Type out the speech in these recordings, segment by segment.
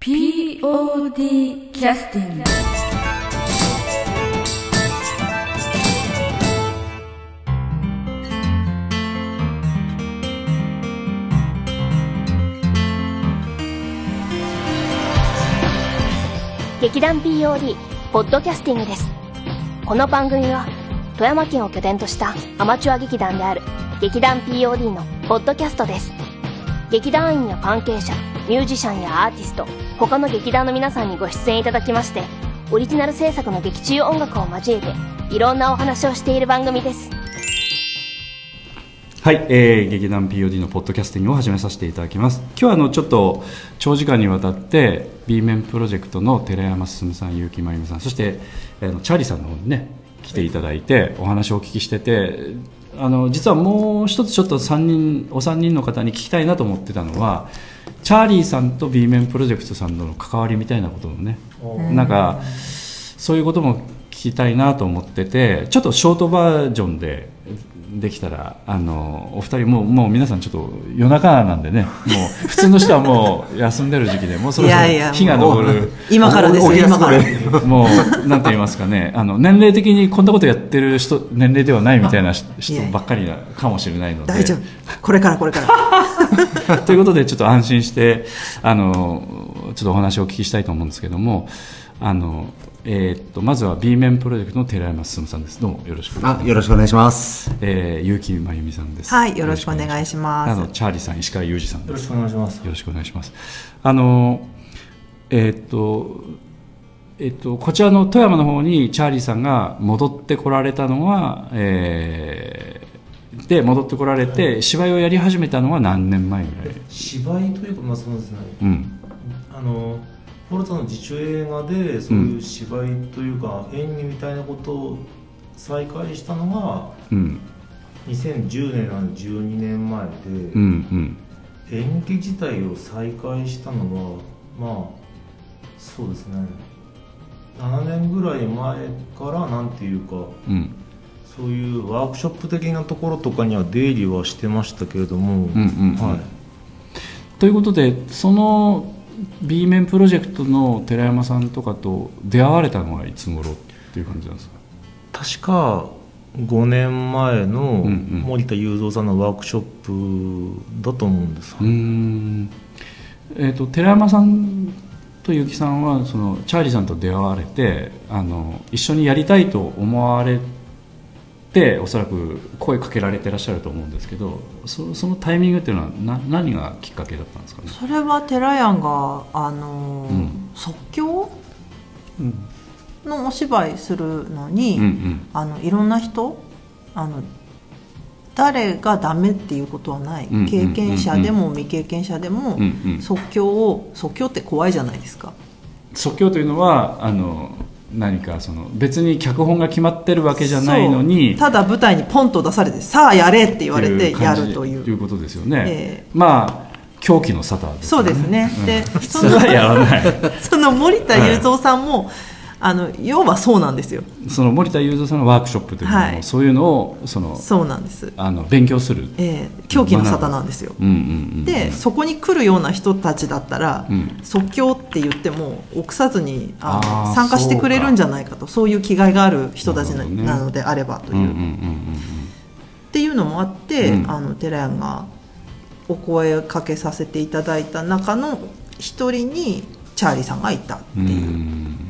POD キャスティング。 劇団 POD ポッドキャスティングです。この番組は富山県を拠点としたアマチュア劇団である劇団 POD のポッドキャストです。劇団員や関係者、ミュージシャンやアーティスト、他の劇団の皆さんにご出演いただきまして、オリジナル制作の劇中音楽を交えていろんなお話をしている番組です。 はい、劇団 POD のポッドキャスティングを始めさせていただきます。今日はちょっと長時間にわたって B 面プロジェクトの寺山進さん、結城真由美さん、そしてチャーリーさんの方にね来ていただいてお話をお聞きしてて、実はもう一つちょっとお三人の方に聞きたいなと思ってたのは、チャーリーさんと B 面プロジェクトさんとの関わりみたいなことをね、なんかそういうことも聞きたいなと思ってて、ちょっとショートバージョンでできたらお二人もう皆さんちょっと夜中なんでね、もう普通の人はもう休んでる時期でもうそろそろ日が昇る今からですよ、今からもうなんて言いますかね、年齢的にこんなことやってる年齢ではないみたいな人ばっかりかもしれないので、 大丈夫、これからということでちょっと安心してちょっとお話をお聞きしたいと思うんですけども、まずは B 面プロジェクトの寺山進さんです。どうもよろしくお願いします。 よろしくお願いします。 結城真由美さんです。 はい、よろしくお願いします。 チャーリーさん、石川裕二さんです。 よろしくお願いします。 よろしくお願いします。こちらの富山の方にチャーリーさんが戻ってこられたのは、で戻ってこられて芝居をやり始めたのは何年前ぐらい？ 芝居というか、そうですね、ポルトの自主映画でそういう芝居というか、演技みたいなことを再開したのが、2010年なんで12年前で、演技自体を再開したのはそうですね、7年ぐらい前からなんていうか、そういうワークショップ的なところとかには出入りはしてましたけれども、 ということで、その B 面プロジェクトの寺山さんとかと出会われたのはいつ頃っていう感じなんですか？ 確か5年前の森田雄三さんのワークショップだと思うんです。 寺山さんと結城さんはそのチャーリーさんと出会われて一緒にやりたいと思われて、おそらく声かけられてらっしゃると思うんですけど、そのタイミングっていうのは何がきっかけだったんですかね？ それは寺山が即興のお芝居するのに、いろんな人誰がダメっていうことはない、経験者でも未経験者でも、即興って怖いじゃないですか。 即興というのは何か別に脚本が決まってるわけじゃないのに、 ただ舞台にポンと出されて、さあやれって言われてやるということですよね。狂気の沙汰ですね。 そうですね。で、 普通はやらないその森田雄三さんも、要はそうなんですよ。 その森田雄三さんのワークショップというのも、そういうのをそうなんです。 勉強する、 狂気の沙汰なんですよ。で、そこに来るような人たちだったら、即興って言っても臆さずに参加してくれるんじゃないかと、そういう気概がある人たちなのであればというっていうのもあって、寺山がお声かけさせていただいた中の一人にチャーリーさんがいたっていう。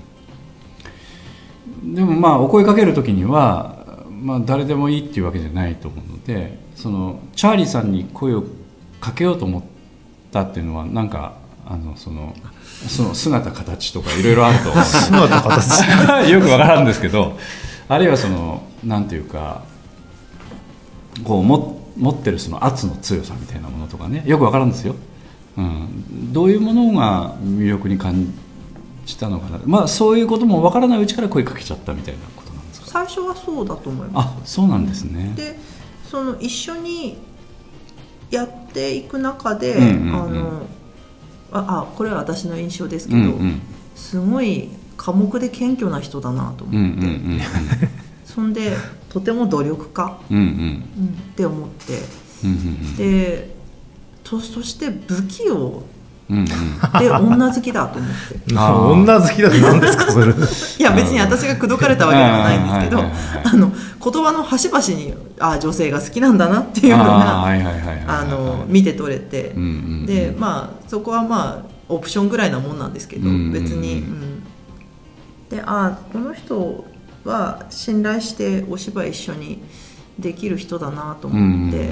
でもお声かける時には、誰でもいいっていうわけじゃないと思うので、チャーリーさんに声をかけようと思ったっていうのはなんかその姿形とかいろいろあると思う姿形よくわからんですけど、あるいはなんていうかこう持ってる圧の強さみたいなものとかね、よくわからんですよ。どういうものが魅力に感じたのかな。そういうこともわからないうちから声かけちゃったみたいなことなんですか？ 最初はそうだと思います。 そうなんですね。 で、一緒にやっていく中で、これは私の印象ですけど、すごい寡黙で謙虚な人だなと思って、そんでとても努力家、って思って、でそして不器用で女好きだと思って女好きだって何ですかそれいや別に私が口説かれたわけではないんですけど言葉の端々に女性が好きなんだなっていうのが見て取れて、でそこはオプションぐらいなもんなんですけど、別に、でこの人は信頼してお芝居一緒にできる人だなと思って、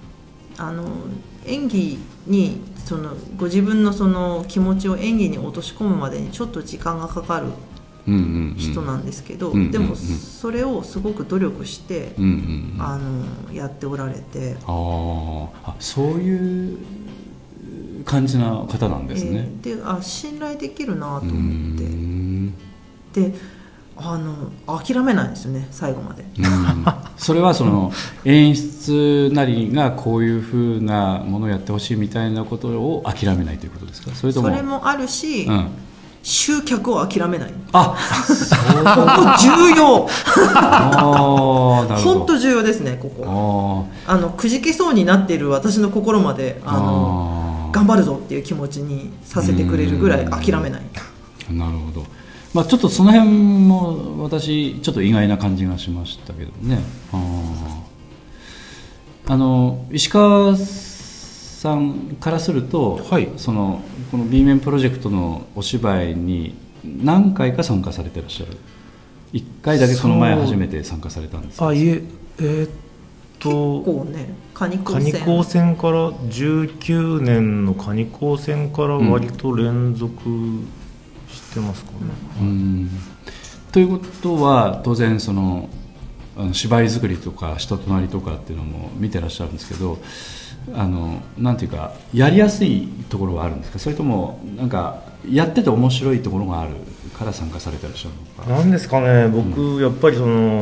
演技にご自分のその気持ちを演技に落とし込むまでにちょっと時間がかかる人なんですけど、でもそれをすごく努力して、やっておられて、 そういう感じな方なんですね。 で信頼できるなと思ってで諦めないんですよね最後まで。 それはその演出なりがこういうふうなものをやってほしいみたいなことを諦めないということですか？それともそれもあるし、集客を諦めない。 ここ重要。本当重要ですねここ。くじけそうになっている私の心まで頑張るぞっていう気持ちにさせてくれるぐらい諦めない。 なるほど。ちょっとその辺も私ちょっと意外な感じがしましたけどね。石川さんからすると、この B 面プロジェクトのお芝居に何回か参加されてらっしゃる。1回だけこの前初めて参加されたんですか？ 結構ね、蟹高専から19年の蟹高専から割と連続してますかね。 ということは当然その芝居作りとか人となりとかっていうのも見てらっしゃるんですけど、なんていうかやりやすいところはあるんですか？それともなんかやってて面白いところがあるから参加されてらっしゃるのか？ なんですかね、僕、やっぱり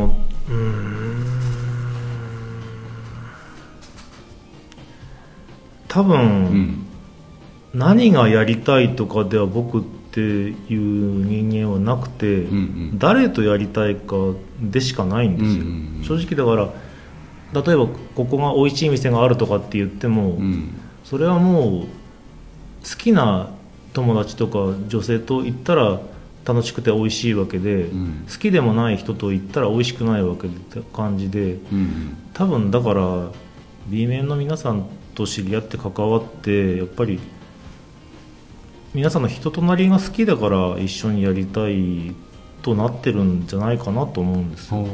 多分、何がやりたいとかでは僕っていう人間はなくて、誰とやりたいかでしかないんですよ、正直。だから例えばここが美味しい店があるとかって言っても、それはもう好きな友達とか女性と行ったら楽しくて美味しいわけで、好きでもない人と行ったら美味しくないわけって感じで、多分だから B 面の皆さんと知り合って関わって、やっぱり皆さんの人となりが好きだから一緒にやりたいとなってるんじゃないかなと思うんですよ、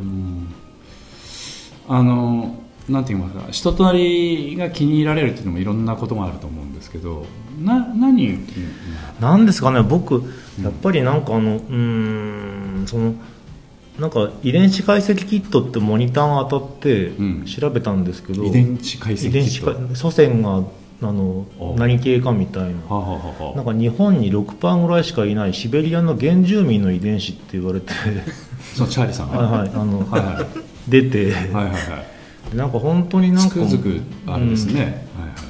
なんて言いますか、人となりが気に入られるっていうのもいろんなことがあると思うんですけど、 なんですかね、僕やっぱりなんかなんか遺伝子解析キットってモニターが当たって調べたんですけど、 遺伝子解析キット、 祖先が何系かみたいな、なんか日本に 6% ぐらいしかいないシベリアの原住民の遺伝子って言われてそのチャーリーさんが出て、なんか本当になんかつくづくあれですね、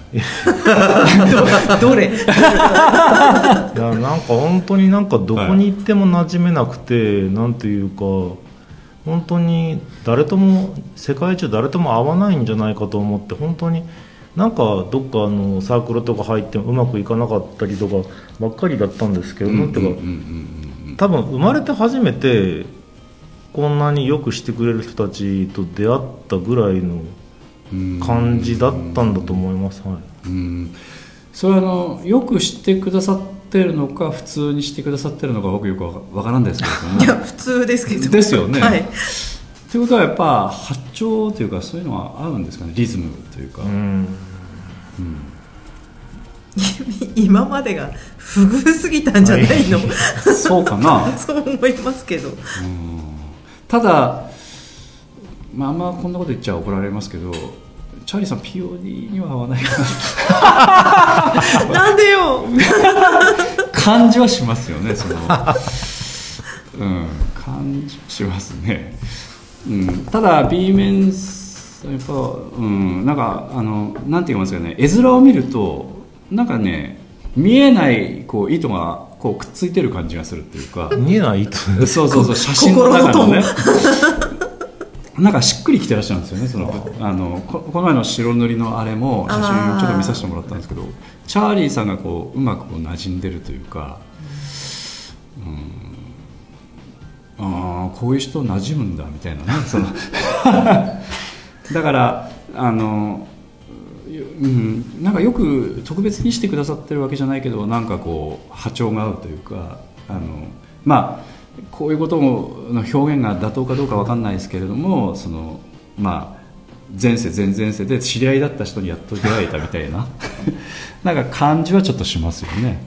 どれいやなんか本当になんかどこに行っても馴染めなくて、なんていうか本当に誰とも世界中誰とも合わないんじゃないかと思って、本当になんかどっかサークルとか入ってもうまくいかなかったりとかばっかりだったんですけど、なんていうか多分生まれて初めてこんなによくしてくれる人たちと出会ったぐらいの感じだったんだと思います。 それはよくしてくださってるのか普通にしてくださってるのか僕よくわからんですけどもいや普通ですけどですよね、 はい、 ということはやっぱ波長というかそういうのは合うんですかね、リズムというか。 今までが不遇すぎたんじゃないの、 そうかなそう思いますけど、 ただ、あんまこんなこと言っちゃ怒られますけど、チャーリーさん POD には合わないかななんでよ感じはしますよね、感じしますね、ただ B 面やっぱ、なんかなんて言いますかね、絵面を見るとなんかね、見えないこう糸がこうくっついてる感じがするっていうか、 見えない糸そう写真の中のねなんかしっくりきてらっしゃるんですよね。この前の白塗りのあれも写真をちょっと見させてもらったんですけど、チャーリーさんがこううまくこう馴染んでるというか、こういう人馴染むんだみたいなねだからなんかよく特別にしてくださってるわけじゃないけど、なんかこう波長が合うというか、まあこういうことの表現が妥当かどうか分かんないですけれども、まあ前世前々世で知り合いだった人にやっと出会えたみたいななんか感じはちょっとしますよね。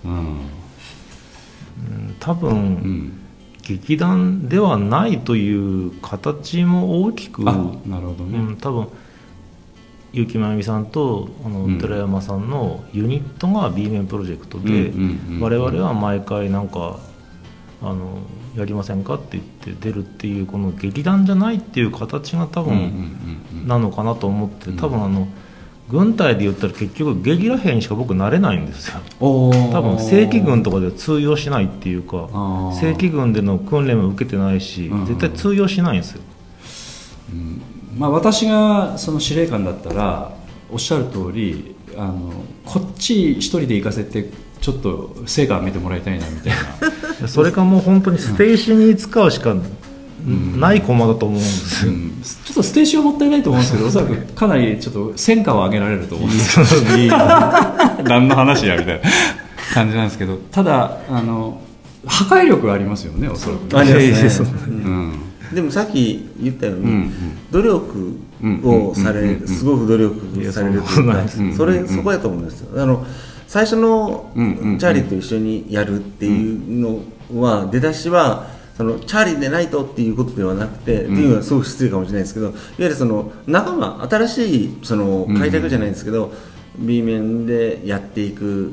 多分、劇団ではないという形も大きく、 なるほどね、 多分結城真由美さんと寺山さんのユニットが B 面プロジェクトで、我々は毎回なんかやりませんかって言って出るっていう、この劇団じゃないっていう形が多分なのかなと思って、多分軍隊で言ったら結局ゲリラ兵にしか僕なれないんですよ。多分正規軍とかでは通用しないっていうか、正規軍での訓練も受けてないし、絶対通用しないんですよ。 まあ、私がその司令官だったらおっしゃる通りこっち一人で行かせてちょっと成果を見てもらいたいなみたいなそれかもう本当にステージに使うしかない駒だと思うんですよ、 ちょっとステージはもったいないと思うんですけど、おそらくかなりちょっと戦果を上げられると思うんですよ何の話やみたいな感じなんですけど、ただ破壊力がありますよね、おそらく。 でもさっき言ったように、努力をされる、すごく努力されるというか、そこやと思うんですよ。最初のチャーリーと一緒にやるっていうのは、出だしはチャーリーでないとっていうことではなくて、っていうのはすごく失礼かもしれないですけど、いわゆる仲間、新しい開拓じゃないんですけど、B 面でやっていく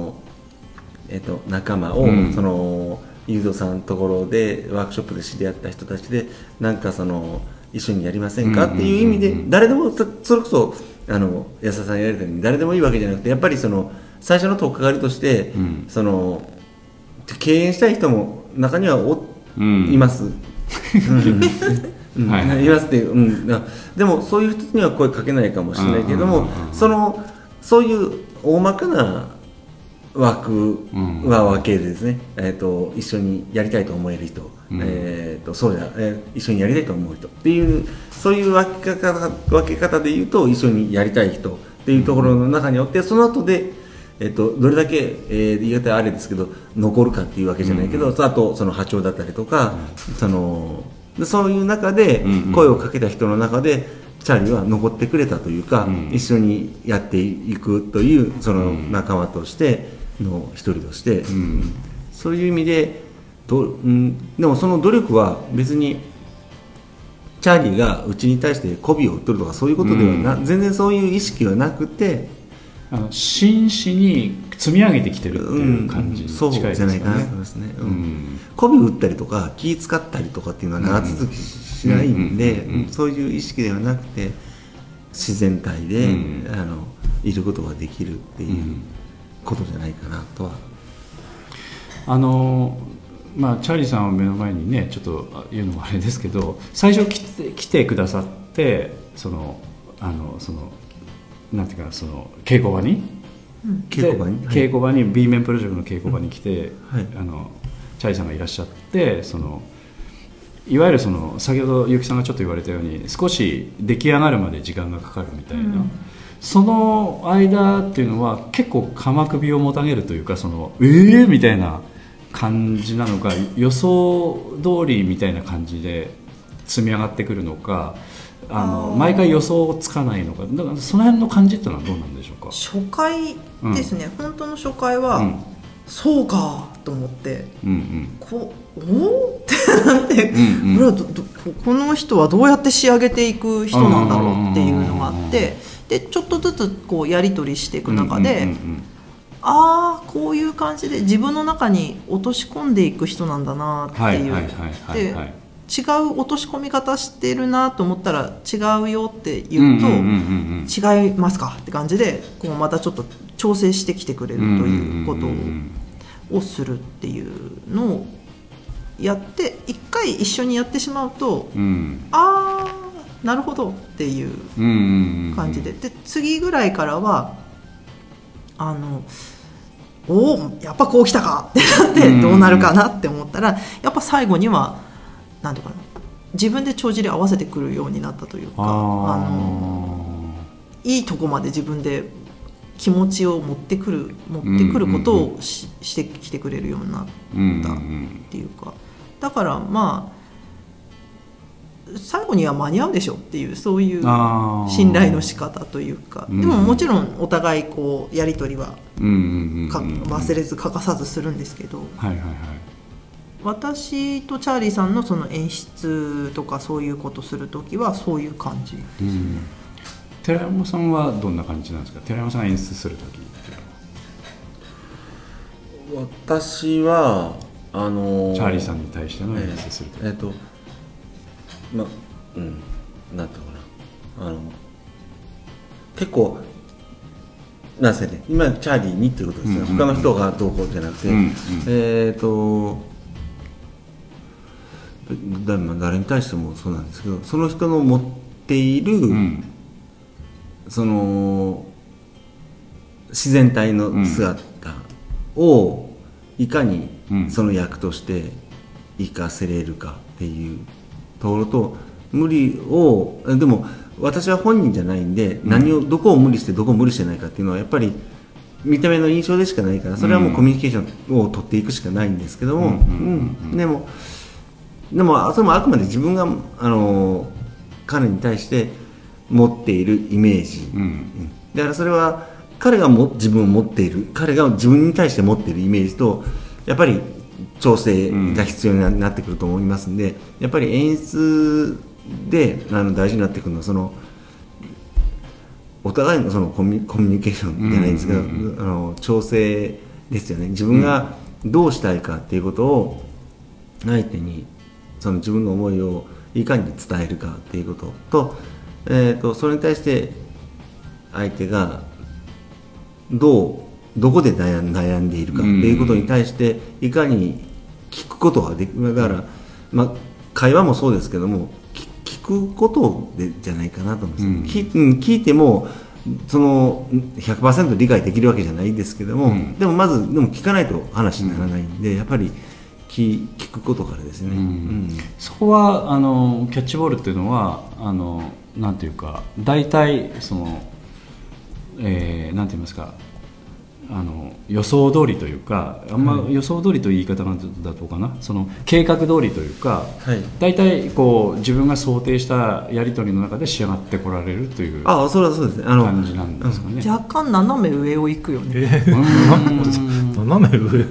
仲間を、ゆうどさんのところでワークショップで知り合った人たちでなんか一緒にやりませんかっていう意味で、誰でもそれこそ安田さんやられたように誰でもいいわけじゃなくて、やっぱり最初の取っかかりとして、敬遠したい人も中にはいます。いますっていう、でもそういう人には声かけないかもしれないけども、そういう大まかな枠は分けるですね、一緒にやりたいと思える人、一緒にやりたいと思う人っていう、そういう分け方でいうと、一緒にやりたい人っていうところの中によって、その後で、どれだけ、言い方あれですけど残るかっていうわけじゃないけど、あと波長だったりとか、そういう中で声をかけた人の中でチャーリーは残ってくれたというか、一緒にやっていくという仲間としての一人として、そういう意味ででもその努力は別にチャーリーがうちに対して媚びを売っとるとかそういうことでは全然そういう意識はなくて、 真摯に積み上げてきてるっていう感じに近いですかね。 そうじゃないかなと思いますね。媚び売ったりとか気使ったりとかっていうのは長続きしないんで、そういう意識ではなくて自然体で、いることができるっていうことじゃないかなとは。 チャーリーさんを目の前にねちょっと言うのもあれですけど、最初来てくださってなんていうか稽古場に、稽古場に B 面プロジェクトの稽古場に来て、チャーリーさんがいらっしゃって、いわゆる先ほど結城さんがちょっと言われたように少し出来上がるまで時間がかかるみたいな、その間っていうのは結構鎌首をもたげるというか、みたいな感じなのか、予想通りみたいな感じで積み上がってくるのか、毎回予想つかないのか、だからその辺の感じってのはどうなんでしょうか。 初回ですね、本当の初回は、そうかと思って、おってなって、この人はどうやって仕上げていく人なんだろうっていうのがあって、でちょっとずつこうやり取りしていく中で、こういう感じで自分の中に落とし込んでいく人なんだなっていう、で違う落とし込み方してるなと思ったら違うよって言うと、違いますかって感じでこうまたちょっと調整してきてくれるということをするっていうのをやって、一回一緒にやってしまうと、 なるほどっていう感じで、で次ぐらいからはやっぱこう来たかってなってどうなるかなって思ったら、やっぱ最後にはなんていうかな、自分で帳尻合わせてくるようになったというか、いいとこまで自分で気持ちを持ってくることをしてきてくれるようになったっていうか、だからまあ最後には間に合うでしょっていう、そういう信頼の仕方というか、でももちろんお互いこうやり取りは忘れず欠かさずするんですけど、私とチャーリーさんのその演出とかそういうことするときはそういう感じです。 寺山さんはどんな感じなんですか？寺山さん演出するとき。 私はチャーリーさんに対しての演出するとき。 なんていうのかな、結構なんせね、今チャーリーにっていうことですね、他の人がどうこうじゃなくて、誰に対してもそうなんですけど、その人の持っている、その自然体の姿をいかにその役として生かせれるかっていうところと、無理をでも私は本人じゃないんで、どこを無理してどこを無理してないかっていうのはやっぱり見た目の印象でしかないから、それはもうコミュニケーションを取っていくしかないんですけども、でもそれもあくまで自分が彼に対して持っているイメージ、だからそれは彼が自分を持っている、彼が自分に対して持っているイメージとやっぱり調整が必要になってくると思いますんで、やっぱり演出で大事になってくるのはそのお互いのそのコミュニケーションじゃないんですけど、調整ですよね。自分がどうしたいかっていうことを相手にその自分の思いをいかに伝えるかっていうことと、それに対して相手がどこで悩んでいるかっていうことに対していかに聞くことができる。だから、会話もそうですけども、聞くことじゃないかなと思うんです、聞いてもその 100% 理解できるわけじゃないですけども、でも聞かないと話にならないんで、やっぱり聞くことからですね、 そこはキャッチボールっていうのはなんていうか、大体その、なんて言いますか、予想通りというか、予想通りという言い方なんだとかな、その計画通りというか、大体こう自分が想定したやり取りの中で仕上がってこられるという感じなんですかね。 若干斜め上を行くよね。 斜め上。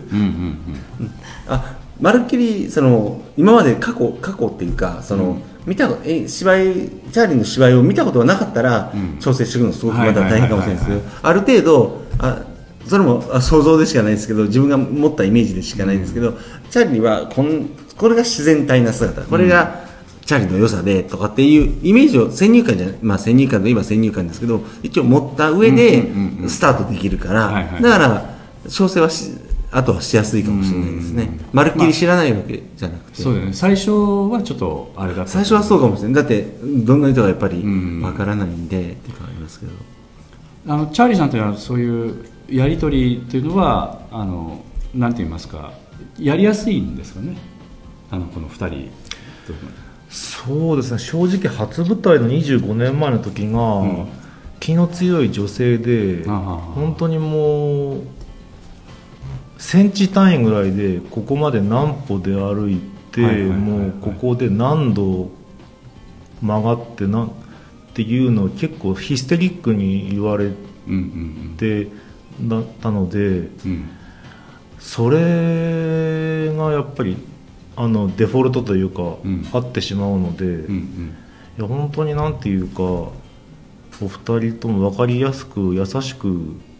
まるっきりその今まで過去っていうか、そのチャーリーの芝居を見たことがなかったら、調整していくのすごくまだ大変かもしれないですけど、ある程度それも想像でしかないですけど、自分が持ったイメージでしかないんですけど、チャーリーはこれが自然体な姿、これがチャーリーの良さでとかっていうイメージを先入観といえば先入観ですけど、一応持った上でスタートできるから、だから調整はあとはしやすいかもしれないですね。まるっきり知らないわけじゃなくて、 そうだね、最初はちょっとあれだった。 最初はそうかもしれない。だってどんな人がやっぱりわからないんでっていうのがありますけど、 チャーリーさんというのはそういうやり取りというのはなんて言いますか、やりやすいんですかね、この2人。 そうですね、正直初舞台の25年前の時が、気の強い女性で、本当にもうセンチ単位ぐらいでここまで何歩で歩いて、もうここで何度曲がってっていうのを結構ヒステリックに言われてだったので、それがやっぱりデフォルトというか、あってしまうので、いや本当になんていうか、お二人とも分かりやすく優しく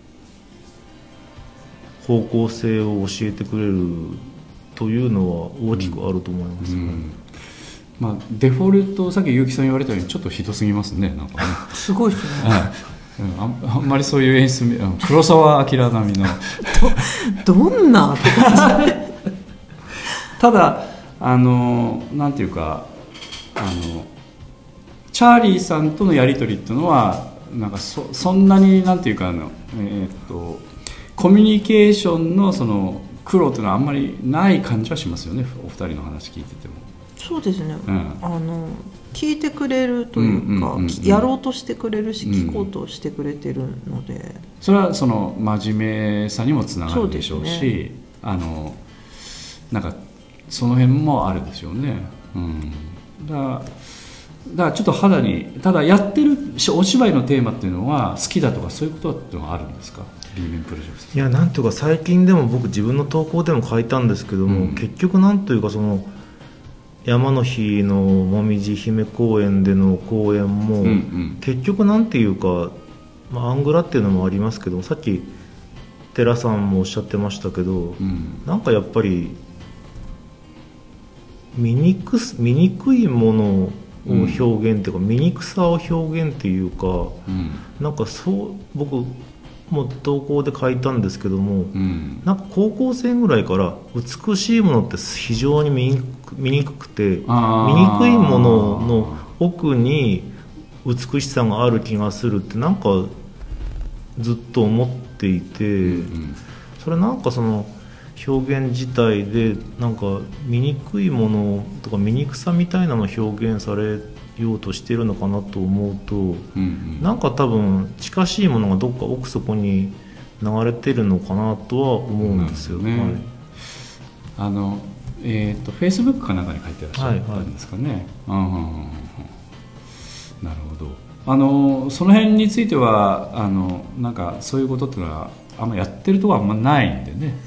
方向性を教えてくれるというのは大きくあると思いますね。 デフォルト、さっき結城さん言われたようにちょっとひどすぎますね、なんかね。 すごいですね。 あんまりそういう演出、黒澤明並みのどんなって感じ。 ただなんていうか、 チャーリーさんとのやり取りっていうのはなんかそんなになんていうかコミュニケーションのその苦労というのはあんまりない感じはしますよね、お二人の話聞いてても。 そうですね、聞いてくれるというか、やろうとしてくれるし、聞こうとしてくれてるので、 それはその真面目さにもつながるでしょうし、なんかその辺もあるでしょうね。だからちょっと肌に、ただやってるお芝居のテーマっていうのは好きだとかそういうことっていうのはあるんですか、B面プロジェクト。 いや、なんていうか最近でも僕自分の投稿でも書いたんですけども、結局なんというかその山の日のもみじ姫公園での公演も、結局なんていうか、アングラっていうのもありますけど、さっき寺さんもおっしゃってましたけど、なんかやっぱり醜いものを表現っていうか、醜さを表現っていうか、なんかそう僕も投稿で書いたんですけども、なんか高校生ぐらいから美しいものって非常に見にくくて、醜いものの奥に美しさがある気がするってなんかずっと思っていて、それなんかその表現自体でなんか醜いものとか醜さみたいなのを表現されようとしているのかなと思うと、なんか多分近しいものがどっか奥底に流れてるのかなとは思うんですよね。 フェイスブックかなんかに書いてらっしゃったんですかね。なるほど。その辺についてはなんかそういうことっていうのはあんまやってるところはあんまないんでね。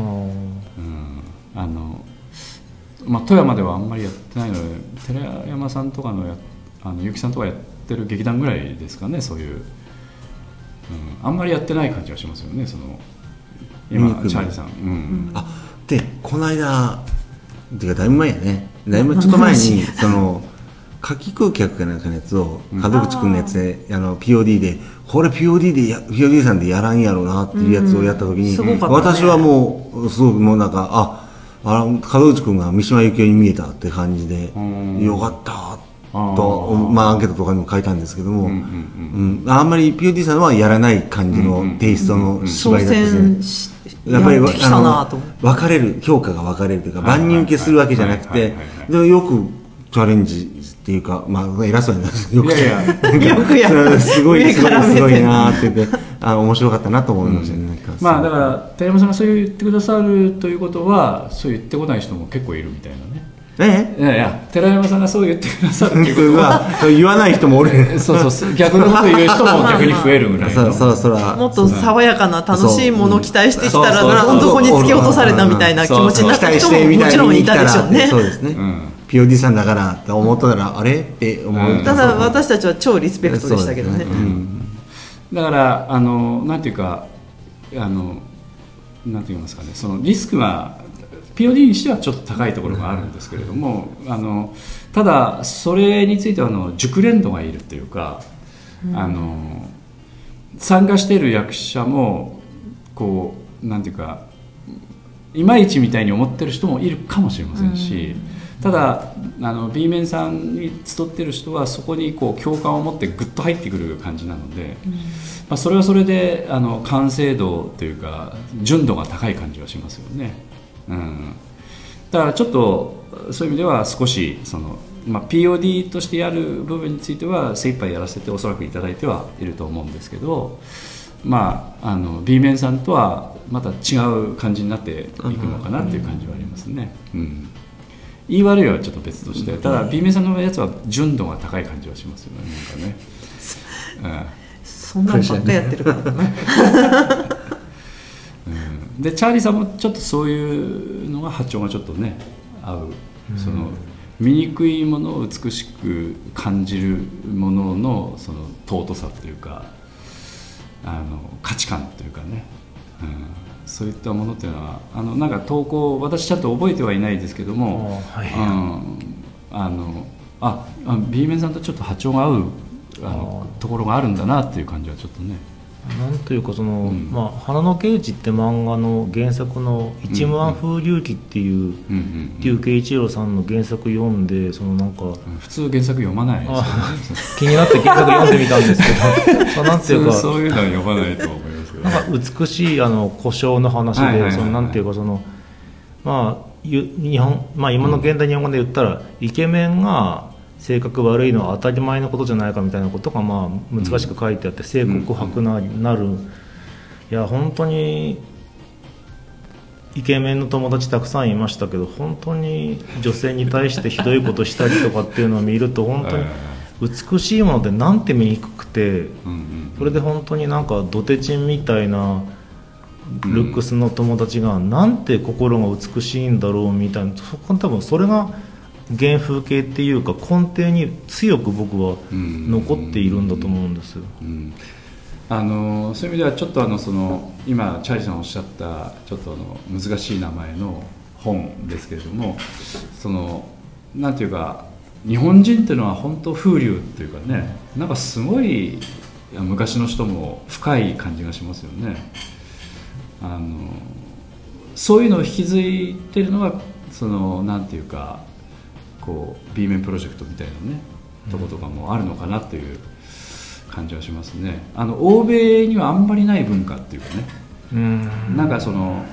富山ではあんまりやってないので、寺山さんとかの結城さんとかやってる劇団ぐらいですかね、そういう、あんまりやってない感じがしますよね、その今チャーリーさん。 でこの間っていうかだいぶ前やね、だいぶちょっと前にその夏季空客かなんかのやつを門口君のやつでPOD で、これ POD さんでやらんやろうなっていうやつをやった時に、私はもうすごくもうなんか門口君が三島由紀夫に見えたって感じで、よかったと、アンケートとかにも書いたんですけども、あんまり POD さんはやらない感じのテイストの芝居だったし、やっぱり分かれる、評価が分かれるというか、万人受けするわけじゃなくて、よくチャレンジっていうか、偉そうになるんですけど、よくやる、すごいなって言って面白かったなと思いましたね。 だから寺山さんがそう言ってくださるということは、そう言ってこない人も結構いるみたいなね。寺山さんがそう言ってくださるっていうことは言わない人もおる。 そう逆のこと言う人も逆に増えるぐらいの。 もっと爽やかな楽しいものを期待してきたら、どん底に突き落とされたみたいな気持ちになった人ももちろんいたでしょうね。 そうですね。POD さんだからって思ったら、あれって思う。 ただ私たちは超リスペクトでしたけどね。 だからなんていうかなんて言いますかね、そのリスクがPOD にしてはちょっと高いところがあるんですけれども、ただそれについては熟練度がいるっていうか、参加している役者もこうなんていうかいまいちみたいに思ってる人もいるかもしれませんし、ただB 面さんに集ってる人はそこにこう共感を持ってグッと入ってくる感じなので、それはそれで完成度というか純度が高い感じはしますよね。だからちょっとそういう意味では少しPOD としてやる部分については精一杯やらせておそらくいただいてはいると思うんですけど、B 面さんとはまた違う感じになっていくのかなっていう感じはありますね。言い悪いはちょっと別として、ただ B 面さんのやつは純度が高い感じはしますよね、なんかね。 そんなのばっかやってるからね。 でチャーリーさんもちょっとそういうのが波長がちょっとね合う、その醜いものを美しく感じるもののその尊さというか価値観というかね、そういったものっていうのはなんか投稿私ちゃんと覚えてはいないですけども、B 面さんとちょっと波長が合うところがあるんだなっていう感じはちょっとねなんというか花の刑事って漫画の原作の一無庵風流記っていう竜慶一郎さんの原作読んでなんか普通原作読まないですよね気になって原作読んでみたんですけどなんていうかそういうのは読まないと思いますけど、 なんか美しい故障の話でなんていうか日本今の現代日本語で言ったらイケメンが性格悪いのは当たり前のことじゃないかみたいなことが難しく書いてあって性告白なる、いや本当にイケメンの友達たくさんいましたけど本当に女性に対してひどいことしたりとかっていうのを見ると本当に美しいものってなんて醜くて、それで本当になんかドテチンみたいなルックスの友達がなんて心が美しいんだろうみたいな、多分それが原風景っていうか根底に強く僕は残っているんだと思うんですよ。 そういう意味ではちょっと今チャーリーさんおっしゃったちょっと難しい名前の本ですけれども、なんていうか日本人っていうのは本当風流っていうかね、なんかすごい昔の人も深い感じがしますよね。そういうのを引き継いでるのがなんていうかB 面プロジェクトみたいなねとことかもあるのかなという感じはしますね。欧米にはあんまりない文化っていうかね、なんか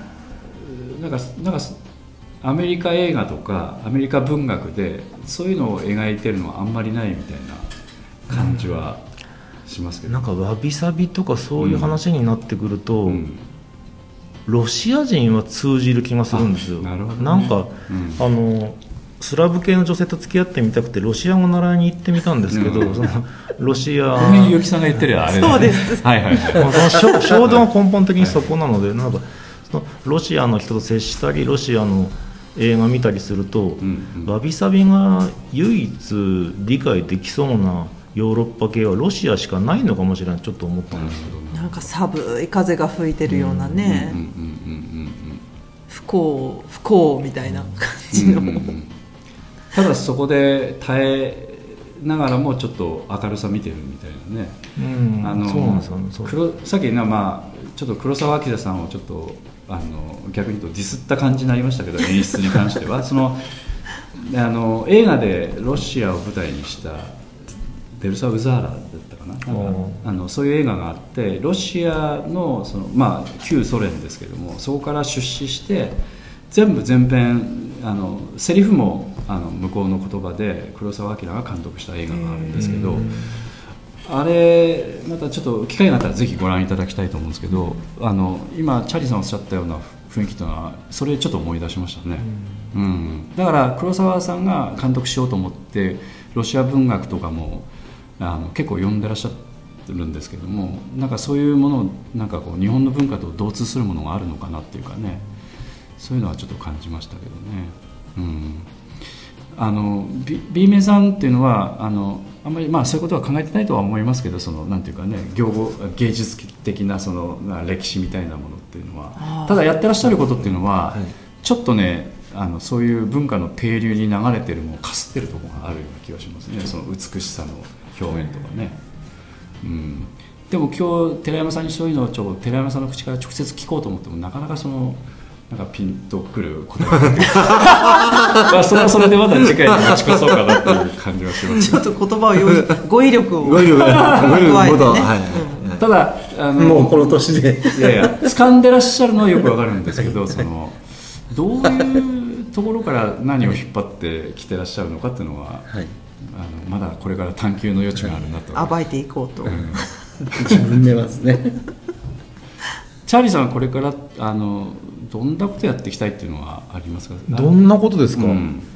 アメリカ映画とかアメリカ文学でそういうのを描いてるのはあんまりないみたいな感じはしますけど、 なんかわびさびとかそういう話になってくると、ロシア人は通じる気がするんですよ。 なるほどね。 なんか、スラブ系の女性と付き合ってみたくてロシア語習いに行ってみたんですけど、ロシア小宮さんが言ってるあれ、ね、 そうですはいはいはい衝動が根本的にそこなので、なんかロシアの人と接したりロシアの映画見たりすると、わびさびが唯一理解できそうなヨーロッパ系はロシアしかないのかもしれない、ちょっと思ったんですけど、 なんか寒い風が吹いてるようなね、不幸みたいな感じの、 ただそこで耐えながらもちょっと明るさ見てるみたいなね、 そうなんですよ。 さっきちょっと黒澤明さんをちょっと逆に言うとディスった感じになりましたけど、演出に関しては映画でロシアを舞台にしたベルサ・ウザーラだったかな、そういう映画があって、ロシアの旧ソ連ですけども、そこから出資して全編セリフも向こうの言葉で黒澤明が監督した映画があるんですけど、あれまたちょっと機会があったらぜひご覧いただきたいと思うんですけど、今チャーリーさんおっしゃったような雰囲気というのはそれちょっと思い出しましたね。だから黒澤さんが監督しようと思ってロシア文学とかも結構読んでらっしゃってるんですけども、なんかそういうものをなんか日本の文化と同通するものがあるのかなっていうかね、そういうのはちょっと感じましたけどね。B 面さんっていうのはあんまりそういうことは考えてないとは思いますけど、なんていうかね、芸術的な歴史みたいなものっていうのは、ただやってらっしゃることっていうのは、ちょっとねそういう文化の底流に流れてるのをかすってるところがあるような気がしますね。その美しさの表現とかね。でも今日寺山さんにそういうのを寺山さんの口から直接聞こうと思ってもなかなかなんかピンとくることがそれはそれでまた次回に持ち越そうかなっていう感じがします。 ちょっと言葉を語彙力を加えてね。 ただもうこの年で掴んでらっしゃるのはよくわかるんですけど、どういうところから何を引っ張ってきてらっしゃるのかっていうのは、まだこれから探求の余地があるなと、 暴いていこうと、 自分でますね。 チャーリーさんはこれからどんなことやっていきたいっていうのはありますか？ どんなことですか？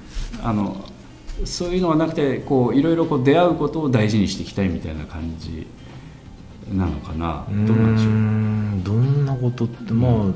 そういうのはなくていろいろ出会うことを大事にしていきたいみたいな感じなのかな。どうなんでしょう。 どんなことって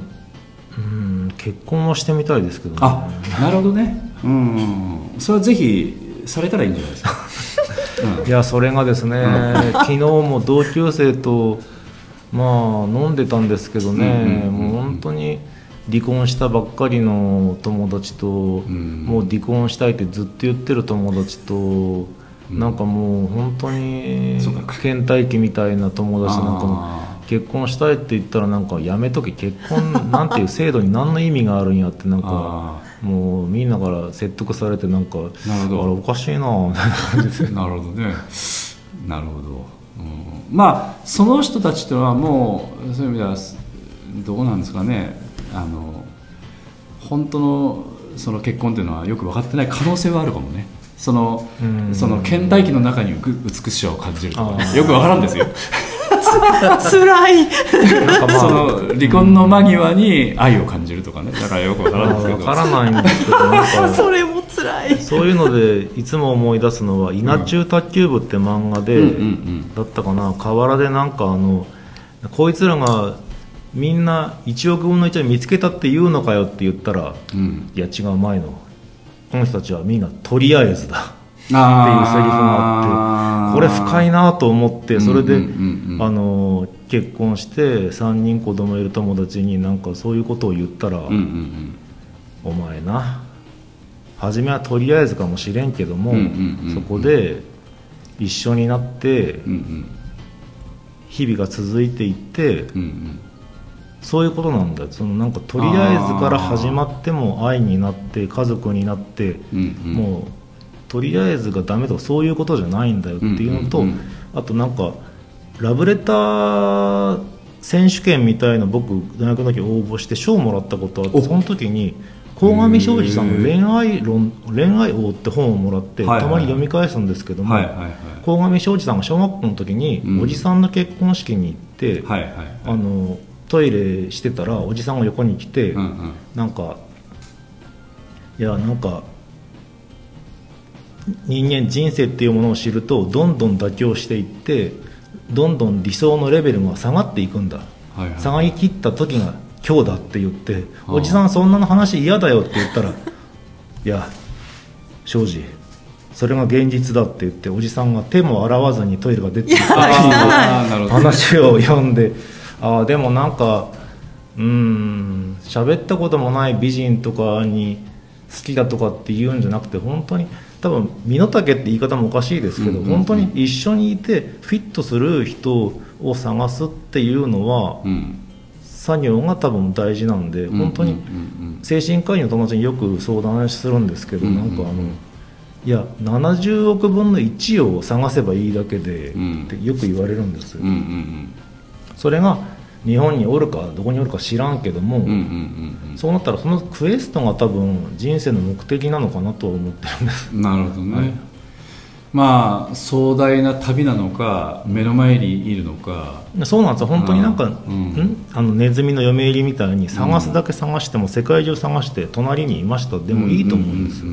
結婚はしてみたいですけどね。 なるほどね。それはぜひされたらいいんじゃないですか。 いやそれがですね、昨日も同級生と飲んでたんですけどね、もう本当に離婚したばっかりの友達と、もう離婚したいってずっと言ってる友達と、なんかもう本当に倦怠期みたいな友達なんかも結婚したいって言ったらなんかやめとけ、結婚なんていう制度に何の意味があるんやってなんかもうみんなから説得されてなんかなるほど、 あれおかしいなみたいな感じですなるほどね、なるほど、まあその人たちというのはもうそういう意味ではどうなんですかね、本当のその結婚というのはよく分かってない可能性はあるかもね。その倦怠期の中に美しさを感じるとか、ね、よく分からんですよつらいなんか、まあ、 その離婚の間際に愛を感じるとかね、だからよく分からんですけど、 分からないんですけどなんかそれもつらい。 そういうのでいつも思い出すのは「稲中卓球部」って漫画で、だったかな、河原でなんかこいつらがみんな1億分の1を見つけたって言うのかよって言ったら、いや違う、前のこの人たちはみんなとりあえずだっていうセリフがあって、これ深いなと思って、それで結婚して3人子供いる友達になんかそういうことを言ったら、お前な、初めはとりあえずかもしれんけども、そこで一緒になって日々が続いていって、そういうことなんだよ。そのなんかとりあえずから始まっても愛になって家族になって、もうとりあえずがダメとかそういうことじゃないんだよっていうのと、あとなんかラブレター選手権みたいな僕大学の時応募して賞をもらったことあって、その時に鴻上尚史さんの恋愛王って本をもらって、たまに読み返すんですけども、鴻上尚史さんが小学校の時におじさんの結婚式に行って、トイレしてたらおじさんが横に来て、なんかいやなんか人間人生っていうものを知るとどんどん妥協していってどんどん理想のレベルが下がっていくんだ、下がりきった時が今日だって言って、おじさんそんなの話嫌だよって言ったらいや庄司それが現実だって言って、おじさんが手も洗わずにトイレが出てきた話を読んで、でもなんか喋ったこともない美人とかに好きだとかって言うんじゃなくて、本当に多分身の丈って言い方もおかしいですけど、本当に一緒にいてフィットする人を探すっていうのは、作業が多分大事なんで、本当に精神科医の友達によく相談するんですけど、なんかいや70億分の1を探せばいいだけでってよく言われるんですよ。それが日本におるかどこにおるか知らんけども、そうなったらそのクエストが多分人生の目的なのかなとは思ってるんです。 なるほどね、まあ壮大な旅なのか目の前にいるのか、 そうなんですよ。本当になんか、ネズミの嫁入りみたいに探すだけ探しても世界中探して隣にいましたでもいいと思うんですよ。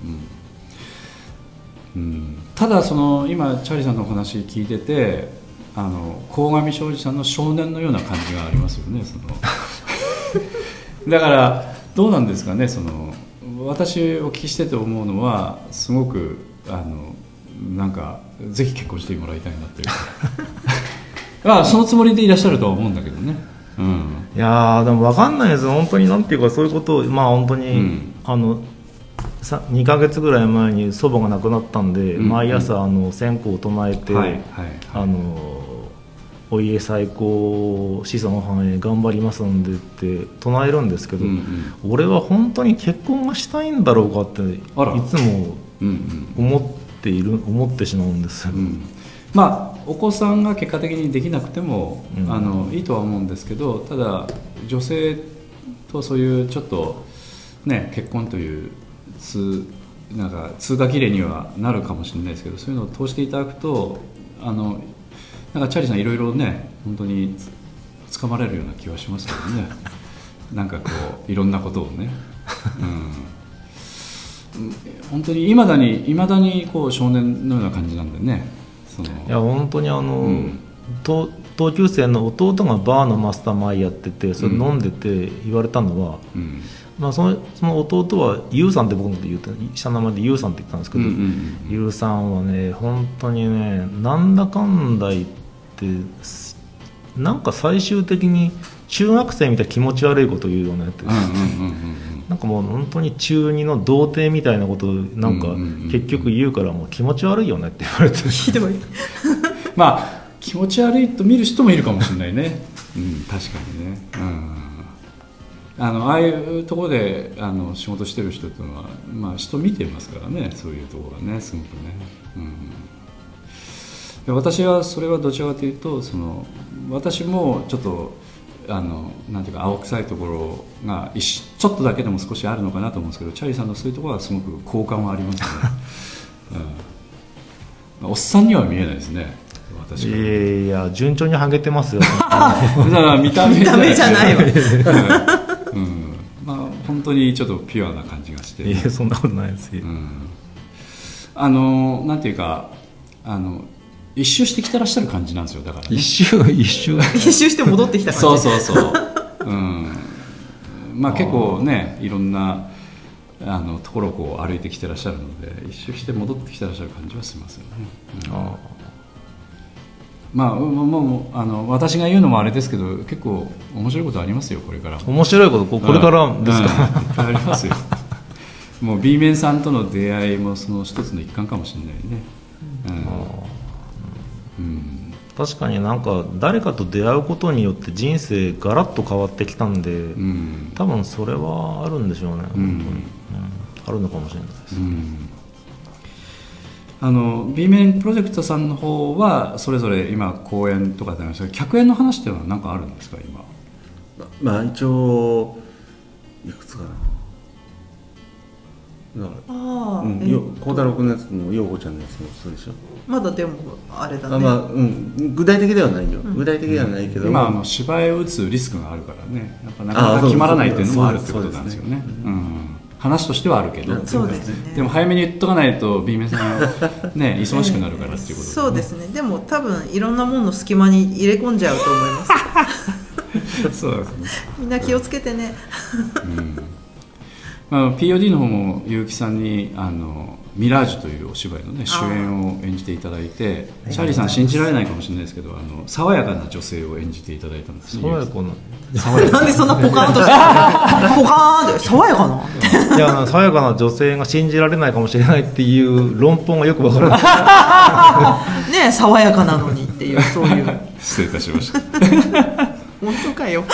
ただその今チャーリーさんのお話聞いてて、鴻上尚史さんの少年のような感じがありますよね。だからどうなんですかね、私お聞きしてて思うのはすごくなんかぜひ結婚してもらいたいなというそのつもりでいらっしゃるとは思うんだけどね、 いやでも分かんないです本当に。なんていうかそういうことを本当に、2ヶ月ぐらい前に祖母が亡くなったんで、毎朝線香を唱えて、お家再興子孫繁栄頑張りますんでって唱えるんですけど、俺は本当に結婚がしたいんだろうかっていつも思ってしまうんですよ。 まあお子さんが結果的にできなくても、いいとは思うんですけど、ただ女性とそういうちょっとね結婚というなんか通過儀礼にはなるかもしれないですけど、そういうのを通していただくとなんかチャーリーさんいろいろね本当に掴まれるような気はしますけどねなんかこういろんなことをね、本当にいまだにこう少年のような感じなんでね。 いや本当に同級生の弟がバーのマスター前やってて、それ飲んでて言われたのは、その弟はユウさんって僕のこと言うと下の名前でユウさんって言ったんですけど、ユウさんはね本当にねなんだかんだ言ってなんか最終的に中学生みたいな気持ち悪いことを言うようなやつです。なんかもう本当に中2の童貞みたいなことをなんか結局言うからもう気持ち悪いよねって言われて、 まあ気持ち悪いと見る人もいるかもしれないね、うん、確かにね、ああいうところで仕事してる人っていうのは、まあ、人見てますからね、そういうところはね、すごくね、で私はそれはどちらかというと私もちょっとなんていうか青臭いところがちょっとだけでも少しあるのかなと思うんですけど、チャーリーさんのそういうところはすごく好感はありますね、おっさんには見えないですね、私は。 いや順調にハゲてますよだから見た目じゃないわまあ本当にちょっとピュアな感じがして、 いやそんなことないですよ、 なんていうか一周してきてらっしゃる感じなんですよ、だからね。一周して戻ってきた感じ。 そう、まあ結構ね、いろんなところをこう歩いてきてらっしゃるので、一周して戻ってきてらっしゃる感じはしますよね。まあもう私が言うのもあれですけど、結構面白いことありますよ、これから。 面白いことこれからですか？ いっぱいありますよ。もう B 面さんとの出会いもその一つの一環かもしれないね。 確かになんか誰かと出会うことによって人生ガラッと変わってきたんで、多分それはあるんでしょうね、あるのかもしれないです、 B 面プロジェクトさんの方はそれぞれ今公演とかでありましたけど、客演の話っていうのは何かあるんですか今？ まあ一応いくつかな、孝太郎君のやつも陽子ちゃんのやつもそうでしょ。 まだでもあれだね、 具体的ではないよ、具体的ではないけど、 今芝居を打つリスクがあるからね、やっぱなかなか決まらないっていうのもあるってことなんですよね。話としてはあるけど、 そうですね、 でも早めに言っとかないと B 面さんね忙しくなるからっていうことで、 そうですね。でも多分いろんなものの隙間に入れ込んじゃうと思いますそうですね、 みんな気をつけてね。 POD の方も結城さんにミラージュというお芝居の、ね、主演を演じていただいて、チャーリーさん信じられないかもしれないですけど、爽やかな女性を演じていただいたんですね。 なんでそんなポカーンとしてポカーンって爽やかないや爽やかな女性が信じられないかもしれないっていう論法がよくわからないねえ、爽やかなのにっていう、そういう失礼いたしました本当かよ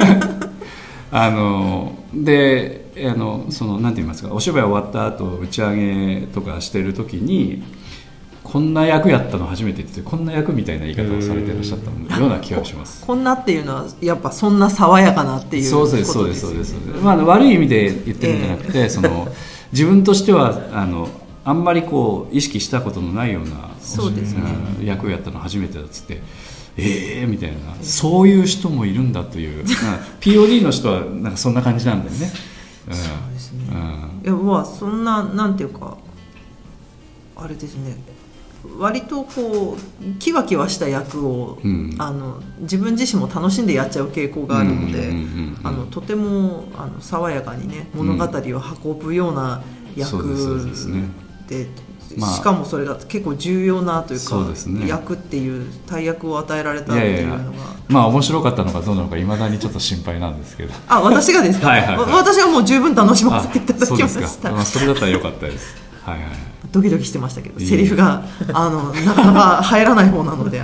でなんて言いますか、お芝居終わった後打ち上げとかしてる時にこんな役やったの初めてってこんな役みたいな言い方をされてらっしゃったような気がします。 こんなっていうのはやっぱそんな爽やかなっていうことですよね。 そうです、悪い意味で言ってるんじゃなくて、自分としてはあんまりこう意識したことのないような役をやったの初めてだっつってみたいな、そういう人もいるんだというPOD の人はなんかそんな感じなんだよね。 そうですね、いやそんななんていうかあれですね、割とこうキワキワした役を、自分自身も楽しんでやっちゃう傾向があるので、とても爽やかにね物語を運ぶような役で、しかもそれが結構重要なというか、役っていう大役を与えられたっていうのが、 面白かったのかどうなのかいまだにちょっと心配なんですけど。 私がですか？私はもう十分楽しませていただきました。 それだったらよかったです。 ドキドキしてましたけど、セリフがなかなか入らない方なので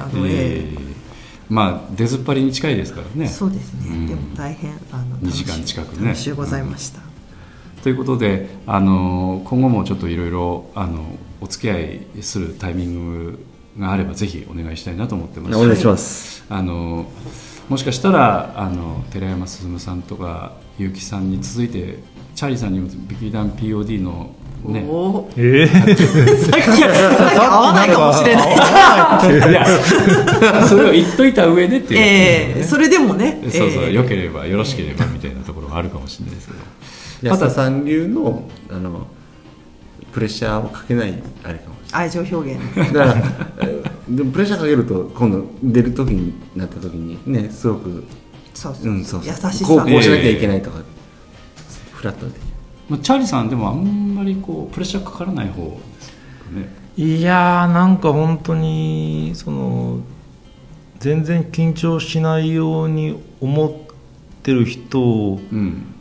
出ずっぱりに近いですからね。 そうですね、でも大変 2時間近くね楽しゅうございました、 ということで今後もちょっといろいろお付き合いするタイミングがあればぜひお願いしたいなと思ってます。 お願いします。 もしかしたら寺山進さんとか結城さんに続いてチャーリーさんにも劇団 POD のね、さっき合わないかもしれない。 いやそれを言っといた上でっていう、 それでもね、 よければよろしければみたいなところがあるかもしれないですけど、 安田さん流のプレッシャーをかけないあれかもしれない。 愛情表現だからでもプレッシャーかけると今度出る時になった時にね、すごく優しさこうしなきゃいけないとかフラットで。 チャーリーさんでもあんまりこうプレッシャーかからない方ですかね。 いやなんか本当に全然緊張しないように思ってる人、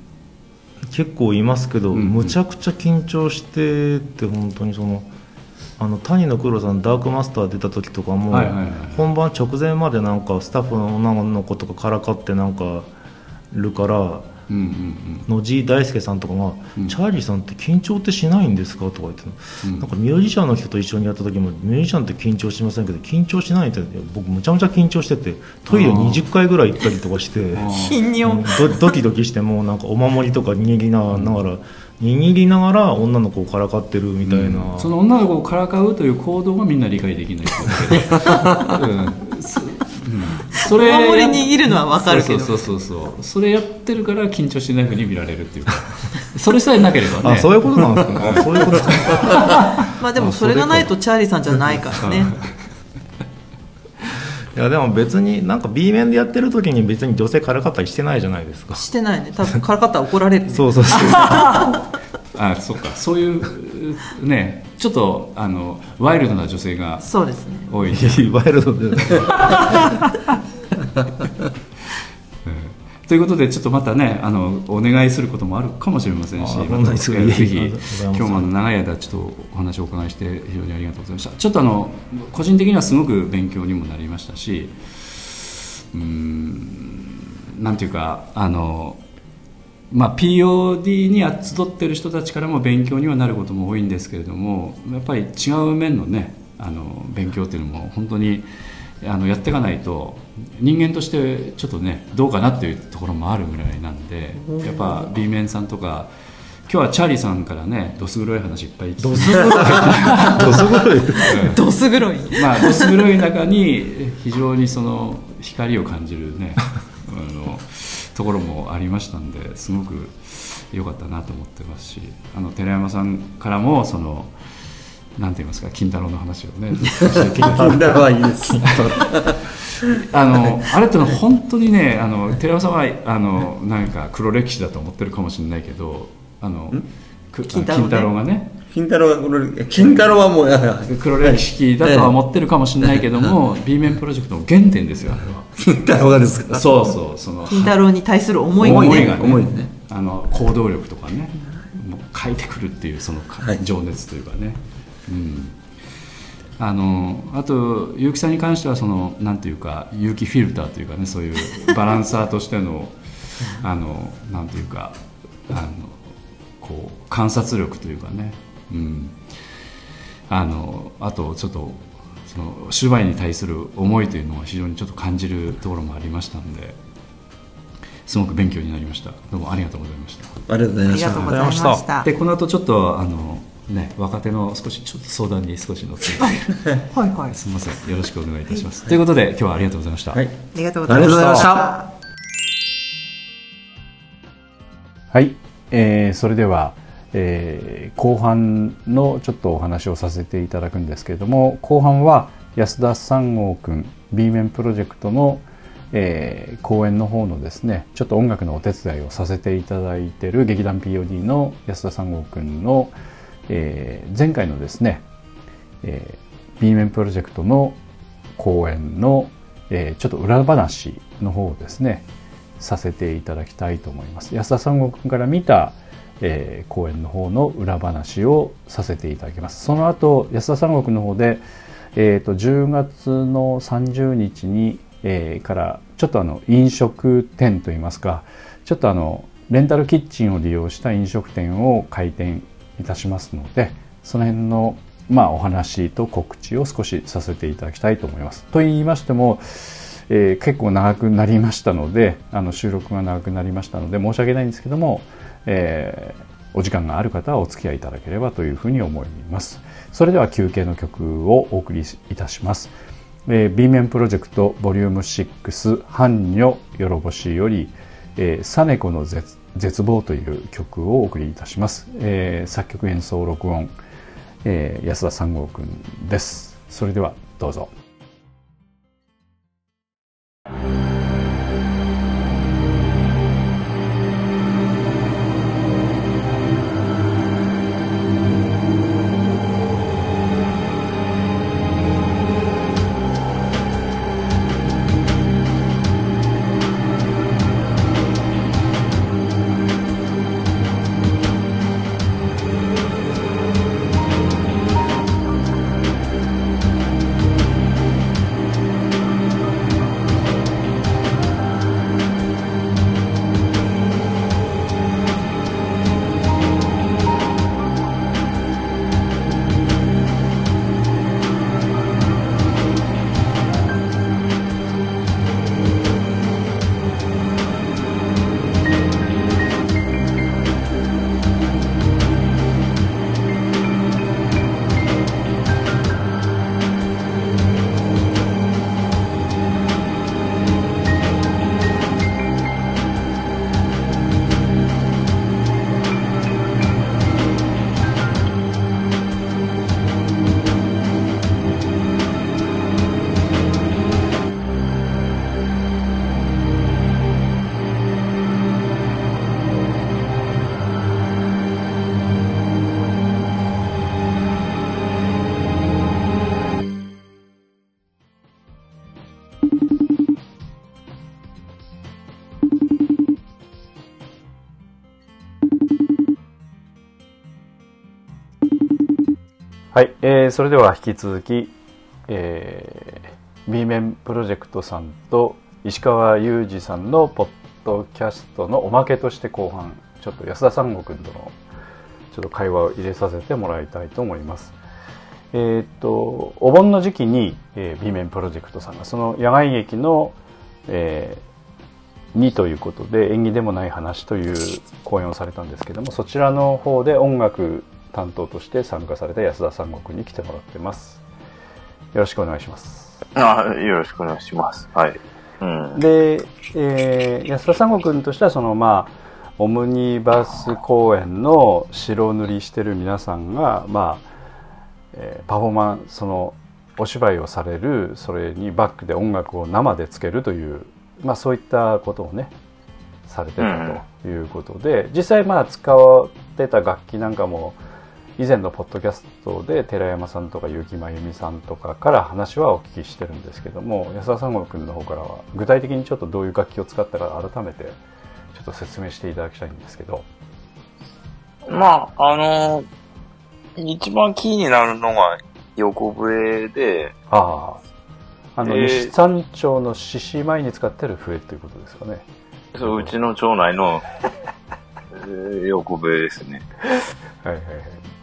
結構いますけど、むちゃくちゃ緊張してって本当に谷野黒さんダークマスター出た時とかも、本番直前までなんかスタッフの女の子とかからかってなんかるから、野地大輔さんとかが、チャーリーさんって緊張ってしないんですかとか言って、なんかミュージシャンの人と一緒にやった時もミュージシャンって緊張しませんけど緊張しないって僕むちゃむちゃ緊張しててトイレ20回ぐらい行ったりとかしてドキドキしてもうなんかお守りとか握りながら女の子をからかってるみたいな、 その女の子をからかうという行動がみんな理解できないそれお守り握るのは分かるけど、 それやってるから緊張しないふうに見られるっていうかそれさえなければねそういうことなんですかねそういうことまあでもそれがないとチャーリーさんじゃないからねいやでも別になんか B 面でやってる時に別に女性からかったりしてないじゃないですか。 してないね、多分からかったら怒られる、ね、 そうそうか、そういうねちょっとワイルドな女性がそうですね多い、 ワイルドでということでちょっとまたねお願いすることもあるかもしれませんし、ぜひ今日も長い間ちょっとお話をお伺いして非常にありがとうございました。ちょっと個人的にはすごく勉強にもなりましたし、なんていうかPOD に集っている人たちからも勉強にはなることも多いんですけれども、やっぱり違う面のね勉強っていうのも本当にやっていかないと人間としてちょっとねどうかなっていうところもあるぐらいなんで、やっぱ B 面さんとか今日はチャーリーさんからねどす黒い話いっぱい聞いて、どす黒いどす黒い中に非常にその光を感じるねところもありましたんで、すごく良かったなと思ってますし、寺山さんからもそのなんて言いますか、金太郎の話をね金太郎はいいですあれってのは本当にね寺山さんはなんか黒歴史だと思ってるかもしれないけど金太郎がね金太郎はもう黒歴史だとは思ってるかもしれないけども、B 面プロジェクトの原点ですよ、あれは。 金太郎がですか。 そうその金太郎に対する思いがね、 行動力とかね、もう書いてくるっていうその情熱というかね、あと結城さんに関してはそのなんていうか有機フィルターというかね、そういうバランサーとしてのなんていうかこう観察力というかね、あとちょっとその芝居に対する思いというのは非常にちょっと感じるところもありましたので、すごく勉強になりました。どうもありがとうございました。 ありがとうございました。 でこの後ちょっと若手の少しちょっと相談に少し乗ってはいすみません、よろしくお願いいたします、ということで今日はありがとうございました。 ありがとうございました。 はい、それでは後半のちょっとお話をさせていただくんですけれども、後半は安田三郷くん B 面プロジェクトの、公演の方のですね、ちょっと音楽のお手伝いをさせていただいている劇団 POD の安田三郷くんの、前回のですね、B 面プロジェクトの公演の、ちょっと裏話の方をですねさせていただきたいと思います。安田三郷くんから見た公演の方の裏話をさせていただきます。その後安田三郷の方で、10月の30日に、からちょっと飲食店といいますか、ちょっとレンタルキッチンを利用した飲食店を開店いたしますので、その辺のお話と告知を少しさせていただきたいと思います。と言いましても、結構長くなりましたので、収録が長くなりましたので申し訳ないんですけども、お時間がある方はお付き合いいただければというふうに思います。それでは休憩の曲をお送りいたします。B 面プロジェクトボリューム6伴女よろぼしよりサネコの絶望という曲をお送りいたします。作曲演奏録音、安田三郷くんです。それではどうぞ。 はい、それでは引き続き、B 面プロジェクトさんと石川裕二さんのポッドキャストのおまけとして後半ちょっと安田三悟君とのちょっと会話を入れさせてもらいたいと思います。お盆の時期に、B 面プロジェクトさんがその野外劇の、2ということで演技でもない話という講演をされたんですけども、そちらの方で音楽担当として参加された安田三悟君に来てもらってます。よろしくお願いします。 よろしくお願いします。はい。 うん、で、安田三悟君としてはそのオムニバス公演の白塗りしてる皆さんがパフォーマンスそのお芝居をされるそれにバックで音楽を生でつけるというそういったことをねされてたということで、実際使ってた楽器なんかも以前のポッドキャストで寺山さんとか結城真由美さんとかから話はお聞きしてるんですけども、安田三悟君の方からは具体的にちょっとどういう楽器を使ったか改めてちょっと説明していただきたいんですけど。 一番キーになるのが横笛で、 西山町の獅子舞に使ってる笛ということですかね。 そう、うちの町内の横笛ですね。 はいはい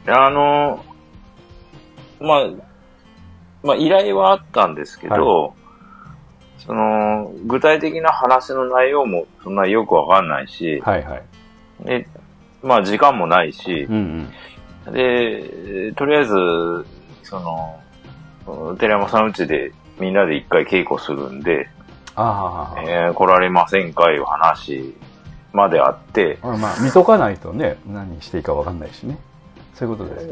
はい。依頼はあったんですけど、はい、具体的な話の内容もそんなよくわかんないし、 はいはい。 で、時間もないし、 うんうん、で、とりあえず、寺山さん家でみんなで一回稽古するんで、来られませんかいう話まであって、 見とかないとね、何していいかわかんないしね。そういうことです。